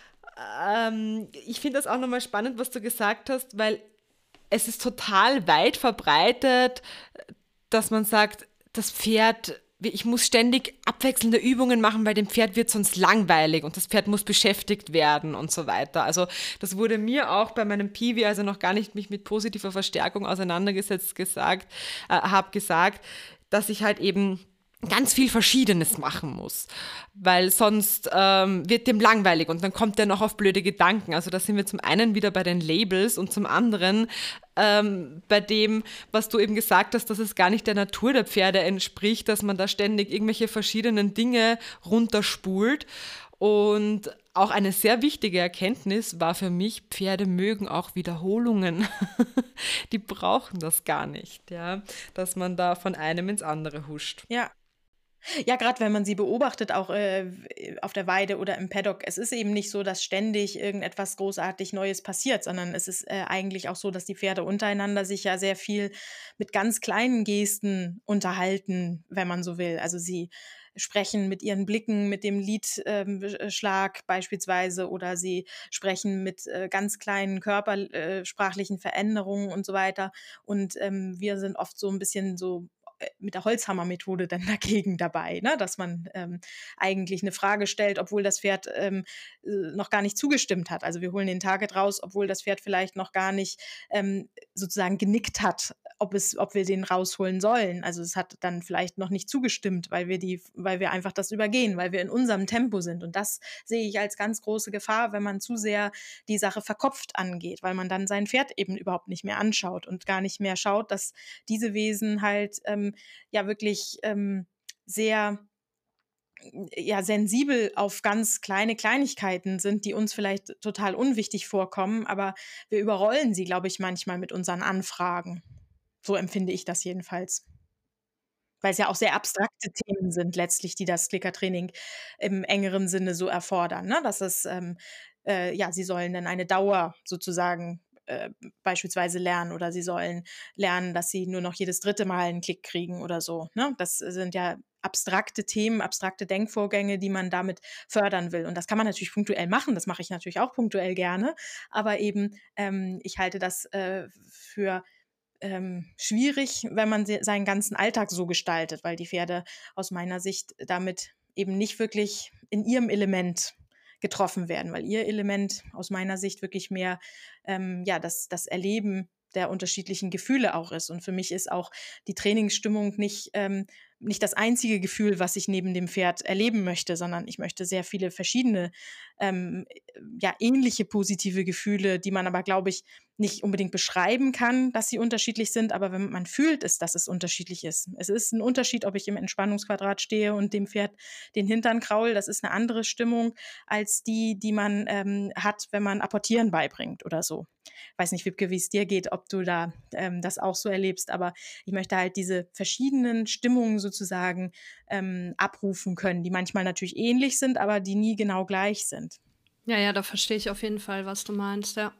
ähm, ich finde das auch nochmal spannend, was du gesagt hast, weil es ist total weit verbreitet, dass man sagt, das Pferd, ich muss ständig abwechselnde Übungen machen, weil dem Pferd wird sonst langweilig und das Pferd muss beschäftigt werden und so weiter. Also das wurde mir auch bei meinem Piwi, also noch gar nicht mich mit positiver Verstärkung auseinandergesetzt, gesagt, äh, habe gesagt, dass ich halt eben ganz viel Verschiedenes machen muss, weil sonst ähm, wird dem langweilig und dann kommt er noch auf blöde Gedanken. Also da sind wir zum einen wieder bei den Labels und zum anderen ähm, bei dem, was du eben gesagt hast, dass es gar nicht der Natur der Pferde entspricht, dass man da ständig irgendwelche verschiedenen Dinge runterspult. Und auch eine sehr wichtige Erkenntnis war für mich, Pferde mögen auch Wiederholungen. Die brauchen das gar nicht, ja, dass man da von einem ins andere huscht. Ja. Ja, gerade wenn man sie beobachtet, auch äh, auf der Weide oder im Paddock. Es ist eben nicht so, dass ständig irgendetwas großartig Neues passiert, sondern es ist äh, eigentlich auch so, dass die Pferde untereinander sich ja sehr viel mit ganz kleinen Gesten unterhalten, wenn man so will. Also sie sprechen mit ihren Blicken, mit dem Lidschlag beispielsweise, oder sie sprechen mit äh, ganz kleinen körpersprachlichen Veränderungen und so weiter. Und ähm, wir sind oft so ein bisschen so äh, mit der Holzhammer-Methode dann dagegen dabei, ne? Dass man ähm, eigentlich eine Frage stellt, obwohl das Pferd ähm, äh, noch gar nicht zugestimmt hat. Also wir holen den Target raus, obwohl das Pferd vielleicht noch gar nicht ähm, sozusagen genickt hat, ob es, ob wir den rausholen sollen. Also es hat dann vielleicht noch nicht zugestimmt, weil wir die, weil wir einfach das übergehen, weil wir in unserem Tempo sind. Und das sehe ich als ganz große Gefahr, wenn man zu sehr die Sache verkopft angeht, weil man dann sein Pferd eben überhaupt nicht mehr anschaut und gar nicht mehr schaut, dass diese Wesen halt ähm, ja wirklich ähm, sehr ja, sensibel auf ganz kleine Kleinigkeiten sind, die uns vielleicht total unwichtig vorkommen, aber wir überrollen sie, glaube ich, manchmal mit unseren Anfragen. So empfinde ich das jedenfalls. Weil es ja auch sehr abstrakte Themen sind letztlich, die das Klickertraining im engeren Sinne so erfordern, ne? Dass es, ähm, äh, ja, sie sollen dann eine Dauer sozusagen äh, beispielsweise lernen, oder sie sollen lernen, dass sie nur noch jedes dritte Mal einen Klick kriegen oder so, ne? Das sind ja abstrakte Themen, abstrakte Denkvorgänge, die man damit fördern will. Und das kann man natürlich punktuell machen, das mache ich natürlich auch punktuell gerne, aber eben, ähm, ich halte das äh, für ähm, schwierig, wenn man se seinen ganzen Alltag so gestaltet, weil die Pferde aus meiner Sicht damit eben nicht wirklich in ihrem Element getroffen werden, weil ihr Element aus meiner Sicht wirklich mehr ähm, ja, das, das Erleben der unterschiedlichen Gefühle auch ist. Und für mich ist auch die Trainingsstimmung nicht, ähm, nicht das einzige Gefühl, was ich neben dem Pferd erleben möchte, sondern ich möchte sehr viele verschiedene, ähm, ja, ähnliche positive Gefühle, die man aber, glaube ich, nicht unbedingt beschreiben kann, dass sie unterschiedlich sind, aber wenn man fühlt es, dass es unterschiedlich ist. Es ist ein Unterschied, ob ich im Entspannungsquadrat stehe und dem Pferd den Hintern kraul. Das ist eine andere Stimmung als die, die man ähm, hat, wenn man Apportieren beibringt oder so. Weiß nicht, Wiebke, wie es dir geht, ob du da ähm, das auch so erlebst, aber ich möchte halt diese verschiedenen Stimmungen sozusagen ähm, abrufen können, die manchmal natürlich ähnlich sind, aber die nie genau gleich sind. Ja, ja, da verstehe ich auf jeden Fall, was du meinst, ja.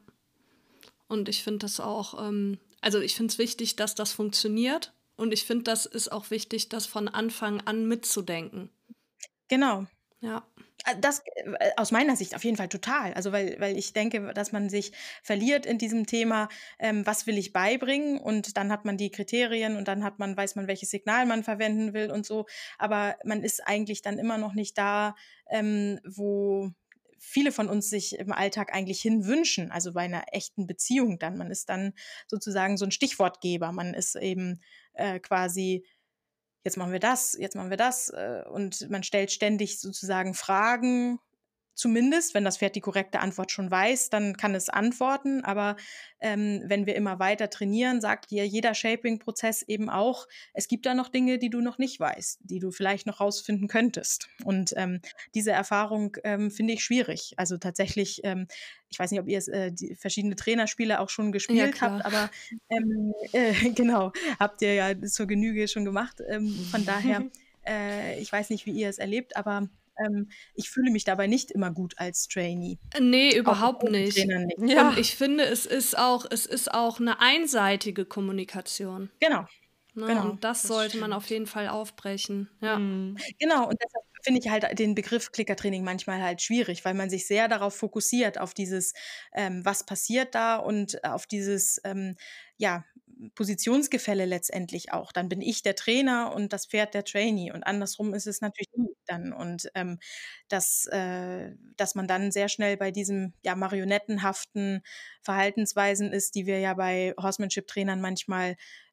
Und ich finde das auch, ähm, also ich finde es wichtig, dass das funktioniert. Und ich finde, das ist auch wichtig, das von Anfang an mitzudenken. Genau. Ja. Äh, Das äh, aus meiner Sicht auf jeden Fall total. Also weil, weil ich denke, dass man sich verliert in diesem Thema, ähm, was will ich beibringen? Und dann hat man die Kriterien und dann hat man, weiß man, welches Signal man verwenden will und so. Aber man ist eigentlich dann immer noch nicht da, ähm, wo viele von uns sich im Alltag eigentlich hinwünschen, also bei einer echten Beziehung dann. Man ist dann sozusagen so ein Stichwortgeber. Man ist eben äh, quasi, jetzt machen wir das, jetzt machen wir das. Äh, und man stellt ständig sozusagen Fragen. Zumindest, wenn das Pferd die korrekte Antwort schon weiß, dann kann es antworten. Aber ähm, wenn wir immer weiter trainieren, sagt dir jeder Shaping-Prozess eben auch, es gibt da noch Dinge, die du noch nicht weißt, die du vielleicht noch rausfinden könntest. Und ähm, diese Erfahrung ähm, finde ich schwierig. Also tatsächlich, ähm, ich weiß nicht, ob ihr es, äh, die verschiedene Trainerspiele auch schon Ja, gespielt klar. habt, aber ähm, äh, genau, habt ihr ja zur Genüge schon gemacht. Ähm, von daher, äh, ich weiß nicht, wie ihr es erlebt, aber ähm, ich fühle mich dabei nicht immer gut als Trainee, Nee, auch mit überhaupt guten nicht. Trainern nicht. Und Ja, ich finde, es ist auch, es ist auch eine einseitige Kommunikation. Genau, Ne? genau, Und das das sollte man auf stimmt. jeden Fall aufbrechen. Ja. Hm. genau. Und deshalb finde ich halt den Begriff Klickertraining manchmal halt schwierig, weil man sich sehr darauf fokussiert, auf dieses, ähm, was passiert da, und auf dieses, ähm, ja, Positionsgefälle letztendlich auch. Dann bin ich der Trainer und das Pferd der Trainee, und andersrum ist es natürlich nie dann. Und ähm, dass, äh, dass man dann sehr schnell bei diesem ja, marionettenhaften Verhaltensweisen ist, die wir ja bei Horsemanship-Trainern manchmal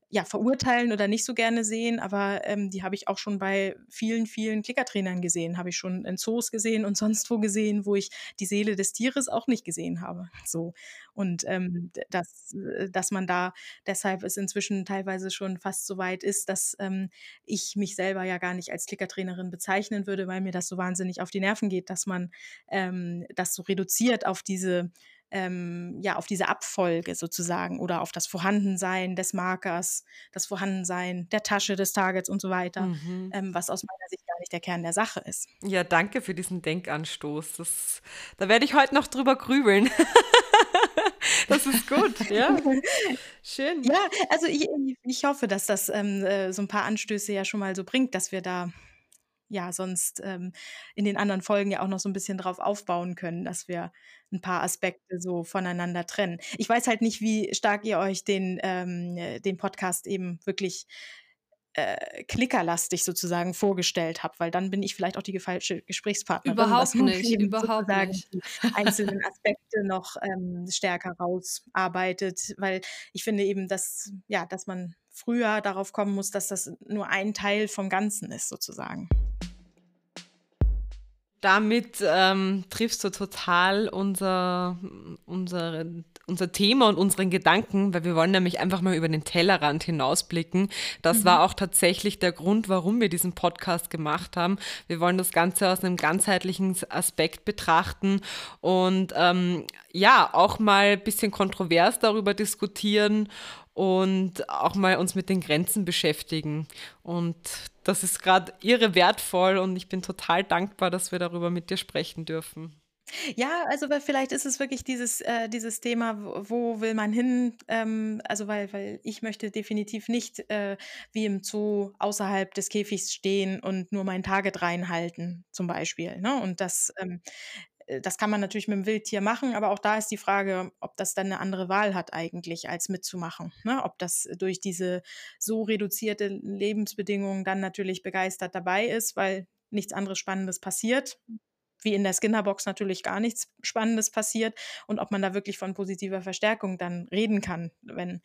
ja, verurteilen oder nicht so gerne sehen, aber, ähm, die habe ich auch schon bei vielen, vielen Klickertrainern gesehen, habe ich schon in Zoos gesehen und sonst wo gesehen, wo ich die Seele des Tieres auch nicht gesehen habe, so. Und, ähm, d dass äh, dass man da deshalb es inzwischen teilweise schon fast so weit ist, dass, ähm, ich mich selber ja gar nicht als Klickertrainerin bezeichnen würde, weil mir das so wahnsinnig auf die Nerven geht, dass man, ähm, das so reduziert auf diese ähm, ja, auf diese Abfolge sozusagen oder auf das Vorhandensein des Markers, das Vorhandensein der Tasche, des Targets und so weiter, Mhm. ähm, was aus meiner Sicht gar nicht der Kern der Sache ist. Ja, danke für diesen Denkanstoß. Das, da werde ich heute noch drüber grübeln. Das ist gut, ja. Schön. Ja, also ich ich hoffe, dass das, ähm, äh, so ein paar Anstöße ja schon mal so bringt, dass wir da ja sonst, ähm, in den anderen Folgen ja auch noch so ein bisschen drauf aufbauen können, dass wir ein paar Aspekte so voneinander trennen. Ich weiß halt nicht, wie stark ihr euch den ähm, äh, den Podcast eben wirklich, äh, klickerlastig sozusagen vorgestellt habt, weil dann bin ich vielleicht auch die falsche Gesprächspartnerin, dass Überhaupt man nicht, eben überhaupt sozusagen nicht. die einzelnen Aspekte noch, ähm, stärker rausarbeitet, weil ich finde eben, dass ja, dass man früher darauf kommen muss, dass das nur ein Teil vom Ganzen ist sozusagen. Damit ähm, triffst du total unser, unser, unser Thema und unseren Gedanken, weil wir wollen nämlich einfach mal über den Tellerrand hinausblicken. Das Mhm. war auch tatsächlich der Grund, warum wir diesen Podcast gemacht haben. Wir wollen das Ganze aus einem ganzheitlichen Aspekt betrachten und ähm, ja, auch mal ein bisschen kontrovers darüber diskutieren und auch mal uns mit den Grenzen beschäftigen. Und das ist gerade irre wertvoll und ich bin total dankbar, dass wir darüber mit dir sprechen dürfen. Ja, also, weil vielleicht ist es wirklich dieses äh, dieses Thema, wo wo will man hin? Ähm, also, weil weil ich möchte definitiv nicht, äh, wie im Zoo außerhalb des Käfigs stehen und nur mein Target reinhalten zum Beispiel, ne? Und das, ähm äh, das kann man natürlich mit dem Wildtier machen, aber auch da ist die Frage, ob das dann eine andere Wahl hat eigentlich, als mitzumachen, ne? Ob das durch diese so reduzierte Lebensbedingungen dann natürlich begeistert dabei ist, weil nichts anderes Spannendes passiert, wie in der Skinnerbox natürlich gar nichts Spannendes passiert und ob man da wirklich von positiver Verstärkung dann reden kann, wenn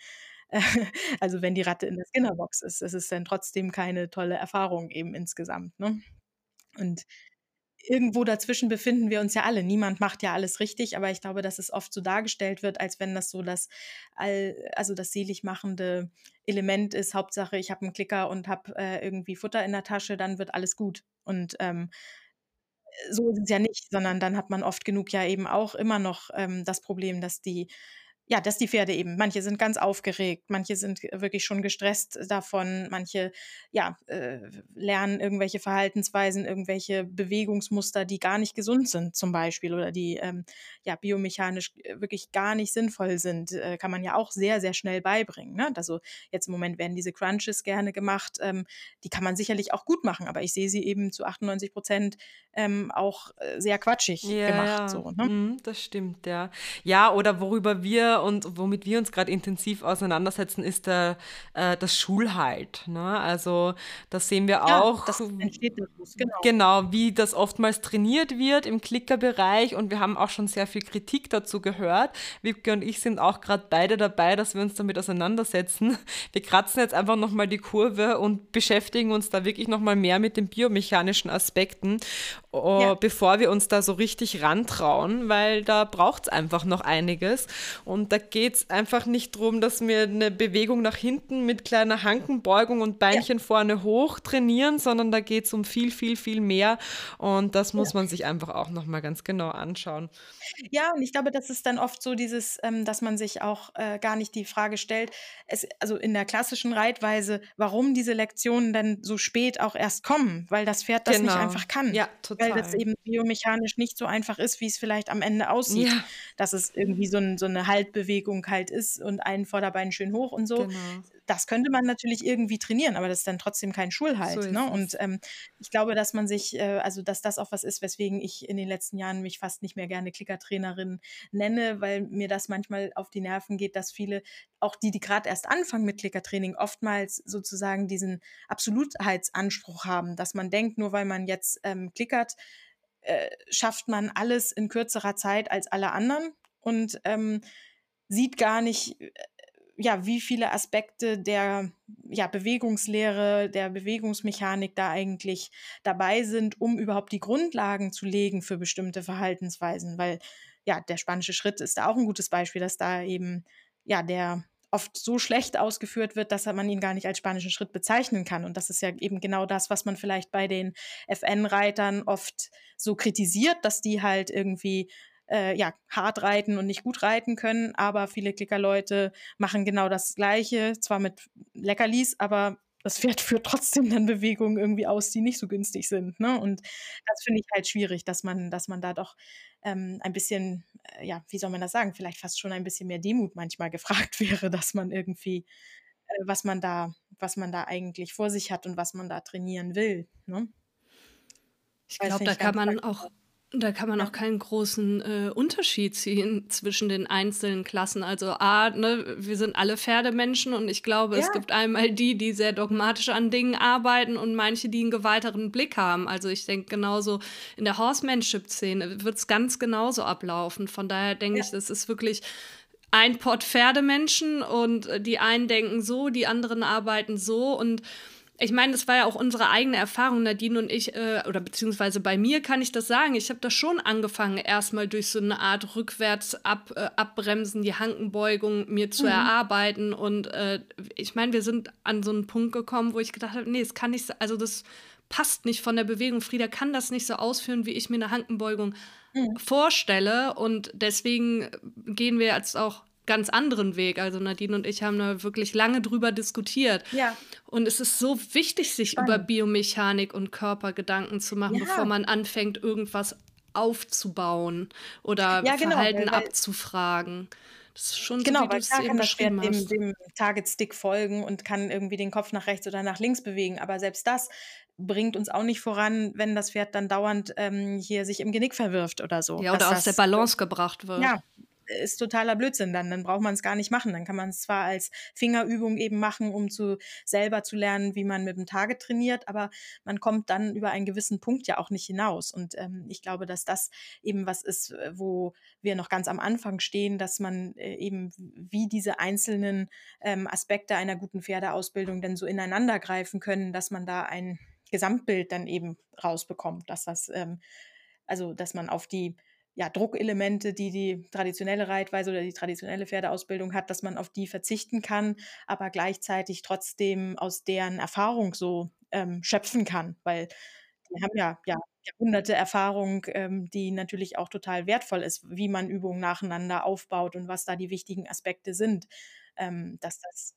also, wenn die Ratte in der Skinnerbox ist. Es ist dann trotzdem keine tolle Erfahrung eben insgesamt, ne? Und irgendwo dazwischen befinden wir uns ja alle. Niemand macht ja alles richtig, aber ich glaube, dass es oft so dargestellt wird, als wenn das so das all also, das selig machende Element ist. Hauptsache, ich habe 'n Klicker und habe, äh, irgendwie Futter in der Tasche, dann wird alles gut. Und, ähm, so ist es ja nicht, sondern dann hat man oft genug ja eben auch immer noch, ähm, das Problem, dass die ja, dass die Pferde eben manche sind ganz aufgeregt, manche sind wirklich schon gestresst davon, manche, ja, äh, lernen irgendwelche Verhaltensweisen, irgendwelche Bewegungsmuster, die gar nicht gesund sind zum Beispiel oder die, ähm, ja, biomechanisch, äh, wirklich gar nicht sinnvoll sind, äh, kann man ja auch sehr, sehr schnell beibringen, ne? Also, jetzt im Moment werden diese Crunches gerne gemacht, ähm, die kann man sicherlich auch gut machen, aber ich sehe sie eben zu achtundneunzig Prozent ähm, auch, äh, sehr quatschig Ja, gemacht ja, so, ne? mhm, das stimmt, ja. Ja, oder worüber wir und womit wir uns gerade intensiv auseinandersetzen, ist der, äh, das Schulhalt. Ne? Also das sehen wir Ja, auch, das entsteht daraus, genau. genau, wie das oftmals trainiert wird im Klickerbereich und wir haben auch schon sehr viel Kritik dazu gehört. Wiebke und ich sind auch gerade beide dabei, dass wir uns damit auseinandersetzen. Wir kratzen jetzt einfach nochmal die Kurve und beschäftigen uns da wirklich nochmal mehr mit den biomechanischen Aspekten, Ja. oh, bevor wir uns da so richtig rantrauen, weil da braucht es einfach noch einiges. Und da geht es einfach nicht darum, dass wir eine Bewegung nach hinten mit kleiner Hankenbeugung und Ja, Beinchen vorne hoch trainieren, sondern da geht es um viel, viel, viel mehr. Und das ja. muss man sich einfach auch nochmal ganz genau anschauen. Ja, und ich glaube, das ist dann oft so dieses, ähm, dass man sich auch, äh, gar nicht die Frage stellt, es also in der klassischen Reitweise, warum diese Lektionen denn so spät auch erst kommen, weil das Pferd das nicht Genau. einfach kann. Ja, Weil das total. eben biomechanisch nicht so einfach ist, wie es vielleicht am Ende aussieht. Ja, Dass es irgendwie so 'n so 'ne Haltbewegung halt ist und ein Vorderbein schön hoch und so. genau. Das könnte man natürlich irgendwie trainieren, aber das ist dann trotzdem kein So Schulhalt, ne? ist Und, es. ähm, ich glaube, dass man sich äh, also, dass das auch was ist, weswegen ich in den letzten Jahren mich fast nicht mehr gerne Klickertrainerin nenne, weil mir das manchmal auf die Nerven geht, dass viele, auch die, die grad erst anfangen mit Klickertraining, oftmals sozusagen diesen Absolutheitsanspruch haben, dass man denkt, nur weil man jetzt, ähm, klickert, äh, schafft man alles in kürzerer Zeit als alle anderen und, ähm, sieht gar nicht ja, wie viele Aspekte der ja, Bewegungslehre, der Bewegungsmechanik da eigentlich dabei sind, um überhaupt die Grundlagen zu legen für bestimmte Verhaltensweisen. Weil ja, der spanische Schritt ist da auch ein gutes Beispiel, dass da eben ja der oft so schlecht ausgeführt wird, dass man ihn gar nicht als spanischen Schritt bezeichnen kann. Und das ist ja eben genau das, was man vielleicht bei den F N-Reitern oft so kritisiert, dass die halt irgendwie äh, ja, hart reiten und nicht gut reiten können. Aber viele Klickerleute machen genau das Gleiche, zwar mit Leckerlis, aber das Pferd führt trotzdem dann Bewegungen irgendwie aus, die nicht so günstig sind. Ne? Und das finde ich halt schwierig, dass man, dass man da doch ähm, ein bisschen, äh, ja, wie soll man das sagen, vielleicht fast schon ein bisschen mehr Demut manchmal gefragt wäre, dass man irgendwie, äh, was man da, was man da eigentlich vor sich hat und was man da trainieren will. Ne? Ich Weil das glaube, finde da ich kann ganz man praktisch. auch, da kann man Ja. auch keinen großen äh, Unterschied ziehen zwischen den einzelnen Klassen. Also A, ne, wir sind alle Pferdemenschen und ich glaube, es Ja, gibt einmal die, die sehr dogmatisch an Dingen arbeiten und manche, die einen geweiteren Blick haben. Also ich denke genauso in der Horsemanship-Szene wird es ganz genauso ablaufen. Von daher denke ja, ich, das ist wirklich ein Pott Pferdemenschen und äh, die einen denken so, die anderen arbeiten so und ich meine, das war ja auch unsere eigene Erfahrung, Nadine und ich, äh, oder beziehungsweise bei mir kann ich das sagen. Ich habe das schon angefangen, erstmal durch so eine Art rückwärts ab, äh, abbremsen, die Hankenbeugung mir zu mhm. erarbeiten. Und äh, ich meine, wir sind an so einen Punkt gekommen, wo ich gedacht habe, nee, es kann nicht, so- also das passt nicht von der Bewegung. Frieda kann das nicht so ausführen, wie ich mir eine Hankenbeugung Mhm. vorstelle. Und deswegen gehen wir jetzt auch ganz anderen Weg. Also Nadine und ich haben da wirklich lange drüber diskutiert. Ja, Und es ist so wichtig, sich über spannend. Biomechanik und Körper Gedanken zu machen, bevor Ja, man anfängt, irgendwas aufzubauen oder ja, genau, Verhalten weil, weil abzufragen. Das ist schon so, Genau, wie du weil es klar eben kann das Pferd beschrieben dem hast. dem Target-Stick folgen und kann irgendwie den Kopf nach rechts oder nach links bewegen, aber selbst das bringt uns auch nicht voran, wenn das Pferd dann dauernd, ähm, hier sich im Genick verwirft oder so. Ja, Dass oder aus der das äh, Balance gebracht wird. ja, ist totaler Blödsinn dann. Dann braucht man es gar nicht machen. Dann kann man es zwar als Fingerübung eben machen, um zu selber zu lernen, wie man mit dem Target trainiert, aber man kommt dann über einen gewissen Punkt ja auch nicht hinaus. Und ähm, ich glaube, dass das eben was ist, äh, wo wir noch ganz am Anfang stehen, dass man äh, eben wie diese einzelnen ähm, Aspekte einer guten Pferdeausbildung denn so ineinander greifen können, dass man da ein Gesamtbild dann eben rausbekommt, dass das ähm, also dass man auf die ja, Druckelemente, die die traditionelle Reitweise oder die traditionelle Pferdeausbildung hat, dass man auf die verzichten kann, aber gleichzeitig trotzdem aus deren Erfahrung so ähm, schöpfen kann, weil die haben ja, ja Jahrhunderte Erfahrung, ähm, die natürlich auch total wertvoll ist, wie man Übungen nacheinander aufbaut und was da die wichtigen Aspekte sind, ähm, dass das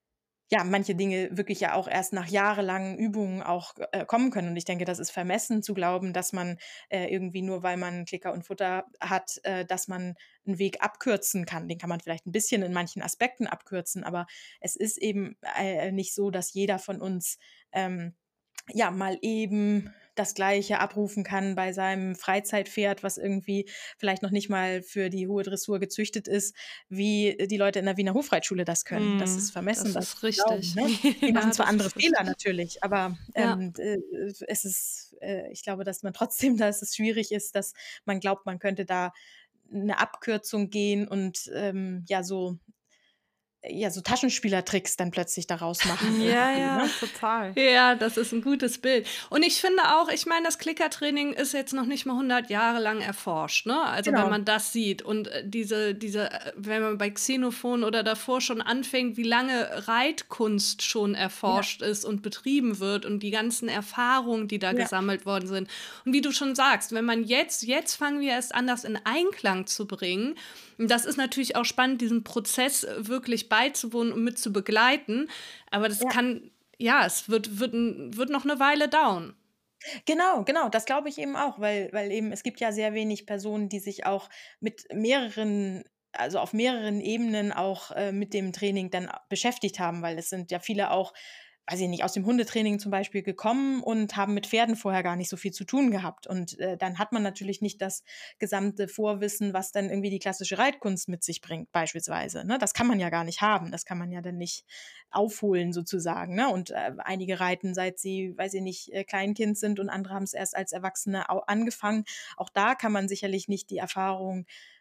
ja, manche Dinge wirklich ja auch erst nach jahrelangen Übungen auch, äh, kommen können. Und ich denke, das ist vermessen zu glauben, dass man, äh, irgendwie nur weil man Klicker und Futter hat, äh, dass man einen Weg abkürzen kann. Den kann man vielleicht ein bisschen in manchen Aspekten abkürzen, aber es ist eben, äh, nicht so, dass jeder von uns, ähm ja, mal eben das Gleiche abrufen kann bei seinem Freizeitpferd, was irgendwie vielleicht noch nicht mal für die hohe Dressur gezüchtet ist, wie die Leute in der Wiener Hofreitschule das können. Das ist Hm, vermessen, das das ist zu glauben, richtig. ne? Die machen Ja, zwar das andere ist Fehler richtig. natürlich, aber, Ja. ähm, d äh, es ist äh, ich glaube, dass man trotzdem dass es schwierig ist, dass man glaubt, man könnte da 'ne Abkürzung gehen und, ähm, ja, so ja, so Taschenspielertricks dann plötzlich daraus machen Ja, irgendwie, ja, ne? total. Ja, das ist ein gutes Bild. Und ich finde auch, ich meine, das Klickertraining ist jetzt noch nicht mal hundert Jahre lang erforscht, ne? Also, wenn Genau, man das sieht und, äh, diese diese äh, wenn man bei Xenophon oder davor schon anfängt, wie lange Reitkunst schon ja, erforscht ist und betrieben wird und die ganzen Erfahrungen, die da ja. gesammelt worden sind. Und wie du schon sagst, wenn man jetzt jetzt fangen wir erst an, das in Einklang zu bringen. Und das ist natürlich auch spannend, diesen Prozess äh, wirklich beizuwohnen und mit zu begleiten. Aber das Ja, kann ja, es wird wird 'n wird noch eine Weile dauern. genau, genau, das glaube ich eben auch, weil weil eben es gibt ja sehr wenig Personen, die sich auch mit mehreren also auf mehreren Ebenen auch, äh, mit dem Training dann a beschäftigt haben, weil es sind ja viele auch, weiß ich nicht, aus dem Hundetraining zum Beispiel gekommen und haben mit Pferden vorher gar nicht so viel zu tun gehabt. Und, äh, dann hat man natürlich nicht das gesamte Vorwissen, was dann irgendwie die klassische Reitkunst mit sich bringt beispielsweise, ne? Das kann man ja gar nicht haben. Das kann man ja dann nicht aufholen sozusagen, ne? Und, äh, einige reiten, seit sie, weiß ich nicht, äh, Kleinkind sind und andere haben es erst als Erwachsene au angefangen. Auch da kann man sicherlich nicht die Erfahrung,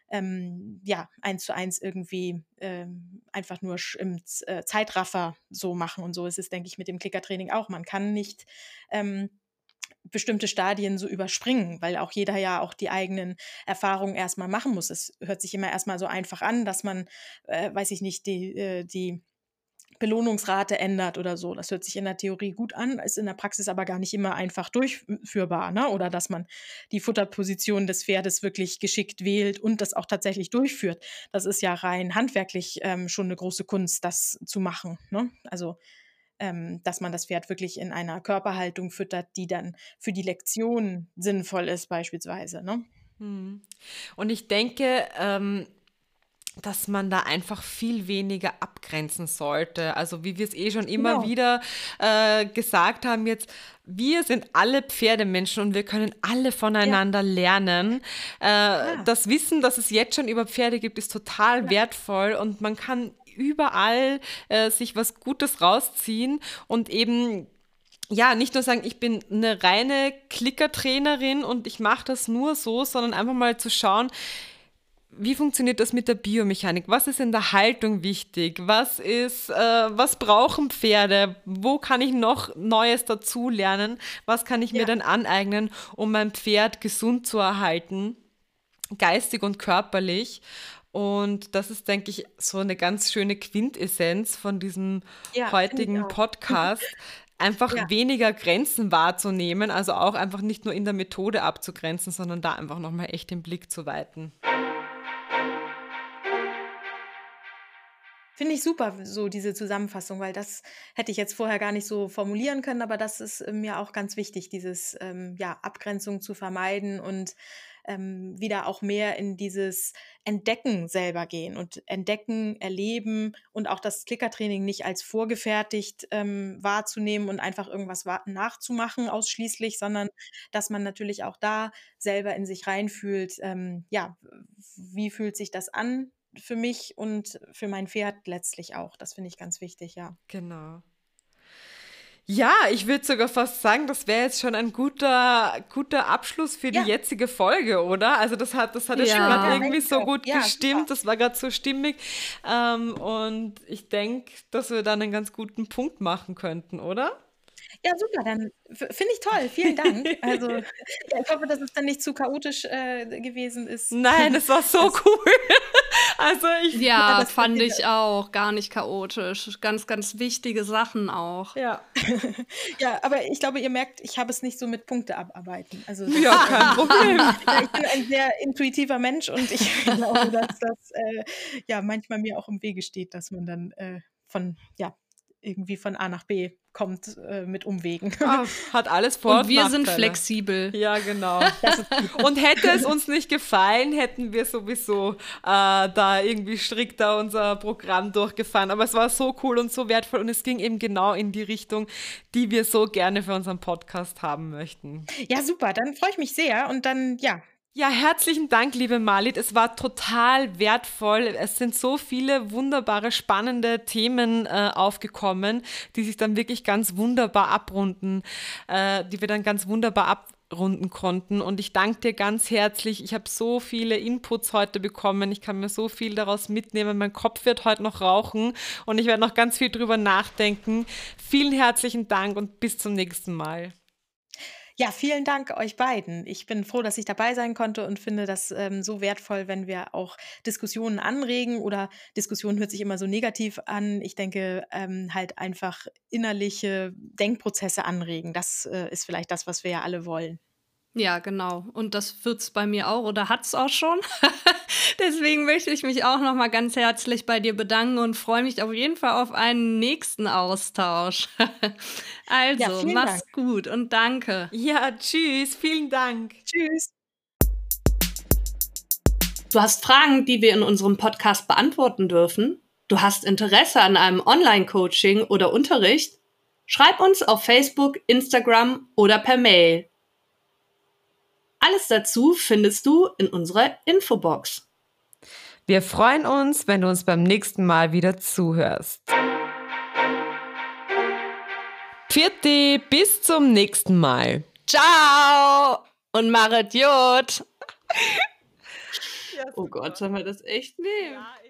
ähm, ja, eins zu eins irgendwie ähm, einfach nur im äh, Zeitraffer so machen. Und so ist es, denke ich, mit dem Klickertraining auch. Man kann nicht ähm, bestimmte Stadien so überspringen, weil auch jeder ja auch die eigenen Erfahrungen erstmal machen muss. Es hört sich immer erstmal so einfach an, dass man, äh, weiß ich nicht, die, äh, die Belohnungsrate ändert oder so. Das hört sich in der Theorie gut an, ist in der Praxis aber gar nicht immer einfach durchführbar, ne? Oder dass man die Futterposition des Pferdes wirklich geschickt wählt und das auch tatsächlich durchführt. Das ist ja rein handwerklich ähm, schon eine große Kunst, das zu machen, ne? Also ähm, dass man das Pferd wirklich in einer Körperhaltung füttert, die dann für die Lektion sinnvoll ist beispielsweise, ne? Und ich denke, ähm, dass man da einfach viel weniger abgrenzen sollte. Also wie wir es eh schon immer Genau. wieder äh, gesagt haben jetzt, wir sind alle Pferdemenschen und wir können alle voneinander lernen. Äh, das Wissen, dass es jetzt schon über Pferde gibt, ist total wertvoll und man kann überall äh, sich was Gutes rausziehen und eben ja, nicht nur sagen, ich bin eine reine Klickertrainerin und ich mache das nur so, sondern einfach mal zu schauen, wie funktioniert das mit der Biomechanik? Was ist in der Haltung wichtig? Was ist, äh, was brauchen Pferde? Wo kann ich noch Neues dazu lernen? Was kann ich mir Ja. dann aneignen, um mein Pferd gesund zu erhalten, geistig und körperlich? Und das ist, denke ich, so eine ganz schöne Quintessenz von diesem Ja, finde ich heutigen auch. Podcast. Einfach Ja. weniger Grenzen wahrzunehmen, also auch einfach nicht nur in der Methode abzugrenzen, sondern da einfach nochmal echt den Blick zu weiten. Finde ich super, so diese Zusammenfassung, weil das hätte ich jetzt vorher gar nicht so formulieren können, aber das ist äh, mir auch ganz wichtig, dieses ähm, ja, Abgrenzung zu vermeiden und ähm, wieder auch mehr in dieses Entdecken selber gehen und entdecken, erleben und auch das Klickertraining nicht als vorgefertigt ähm, wahrzunehmen und einfach irgendwas wa- nachzumachen ausschließlich, sondern dass man natürlich auch da selber in sich reinfühlt, ähm, ja, wie fühlt sich das an für mich und für mein Pferd letztlich auch. Das finde ich ganz wichtig, ja. Genau. Ja, ich würde sogar fast sagen, das wäre jetzt schon ein guter, guter Abschluss für die Ja. jetzige Folge, oder? Also das hat, das hat jetzt Ja. schon gerade Ja, irgendwie denke ich so auch. gut Ja, gestimmt, super. das war gerade so stimmig. Ähm, und ich denke, dass wir dann einen ganz guten Punkt machen könnten, oder? Ja, super, dann f- finde ich toll. Vielen Dank. Also ja, ich hoffe, dass es dann nicht zu chaotisch äh, gewesen ist. Nein, es war so Das- cool. Also ich, Ja, das fand passiert ich auch. Gar nicht chaotisch. Ganz, ganz wichtige Sachen auch. ja, Ja, aber ich glaube, ihr merkt, ich habe es nicht so mit Punkte abarbeiten. Also das, ja, kein Problem. ja, ich bin ein sehr intuitiver Mensch und ich glaube, dass das äh, ja manchmal mir auch im Wege steht, dass man dann äh, von ja irgendwie von A nach B kommt äh, mit Umwegen. Ah, hat alles Vor- Und und wir sind Nachteile. flexibel. Ja, genau. Und hätte es uns nicht gefallen, hätten wir sowieso äh, da irgendwie strikter unser Programm durchgefahren. Aber es war so cool und so wertvoll und es ging eben genau in die Richtung, die wir so gerne für unseren Podcast haben möchten. Ja, super, dann freue ich mich sehr und dann ja. Ja, herzlichen Dank, liebe Marlied. Es war total wertvoll. Es sind so viele wunderbare, spannende Themen äh, aufgekommen, die sich dann wirklich ganz wunderbar abrunden, äh, die wir dann ganz wunderbar abrunden konnten. Und ich danke dir ganz herzlich. Ich habe so viele Inputs heute bekommen. Ich kann mir so viel daraus mitnehmen. Mein Kopf wird heute noch rauchen und ich werde noch ganz viel drüber nachdenken. Vielen herzlichen Dank und bis zum nächsten Mal. Ja, vielen Dank euch beiden. Ich bin froh, dass ich dabei sein konnte und finde das ähm, so wertvoll, wenn wir auch Diskussionen anregen oder Diskussion hört sich immer so negativ an. Ich denke, ähm, halt einfach innerliche Denkprozesse anregen. Das äh, ist vielleicht das, was wir ja alle wollen. Ja, genau. Und das wird's bei mir auch oder hat's auch schon. Deswegen möchte ich mich auch noch mal ganz herzlich bei dir bedanken und freue mich auf jeden Fall auf einen nächsten Austausch. Also, Ja, vielen mach's Dank. gut und danke. Ja, tschüss. Vielen Dank. Tschüss. Du hast Fragen, die wir in unserem Podcast beantworten dürfen? Du hast Interesse an einem Online-Coaching oder Unterricht? Schreib uns auf Facebook, Instagram oder per Mail. Alles dazu findest du in unserer Infobox. Wir freuen uns, wenn du uns beim nächsten Mal wieder zuhörst. Pfiat, bis zum nächsten Mal. Ciao und Maret Jod. Ja, Oh Gott, sollen wir das echt nehmen? Ja,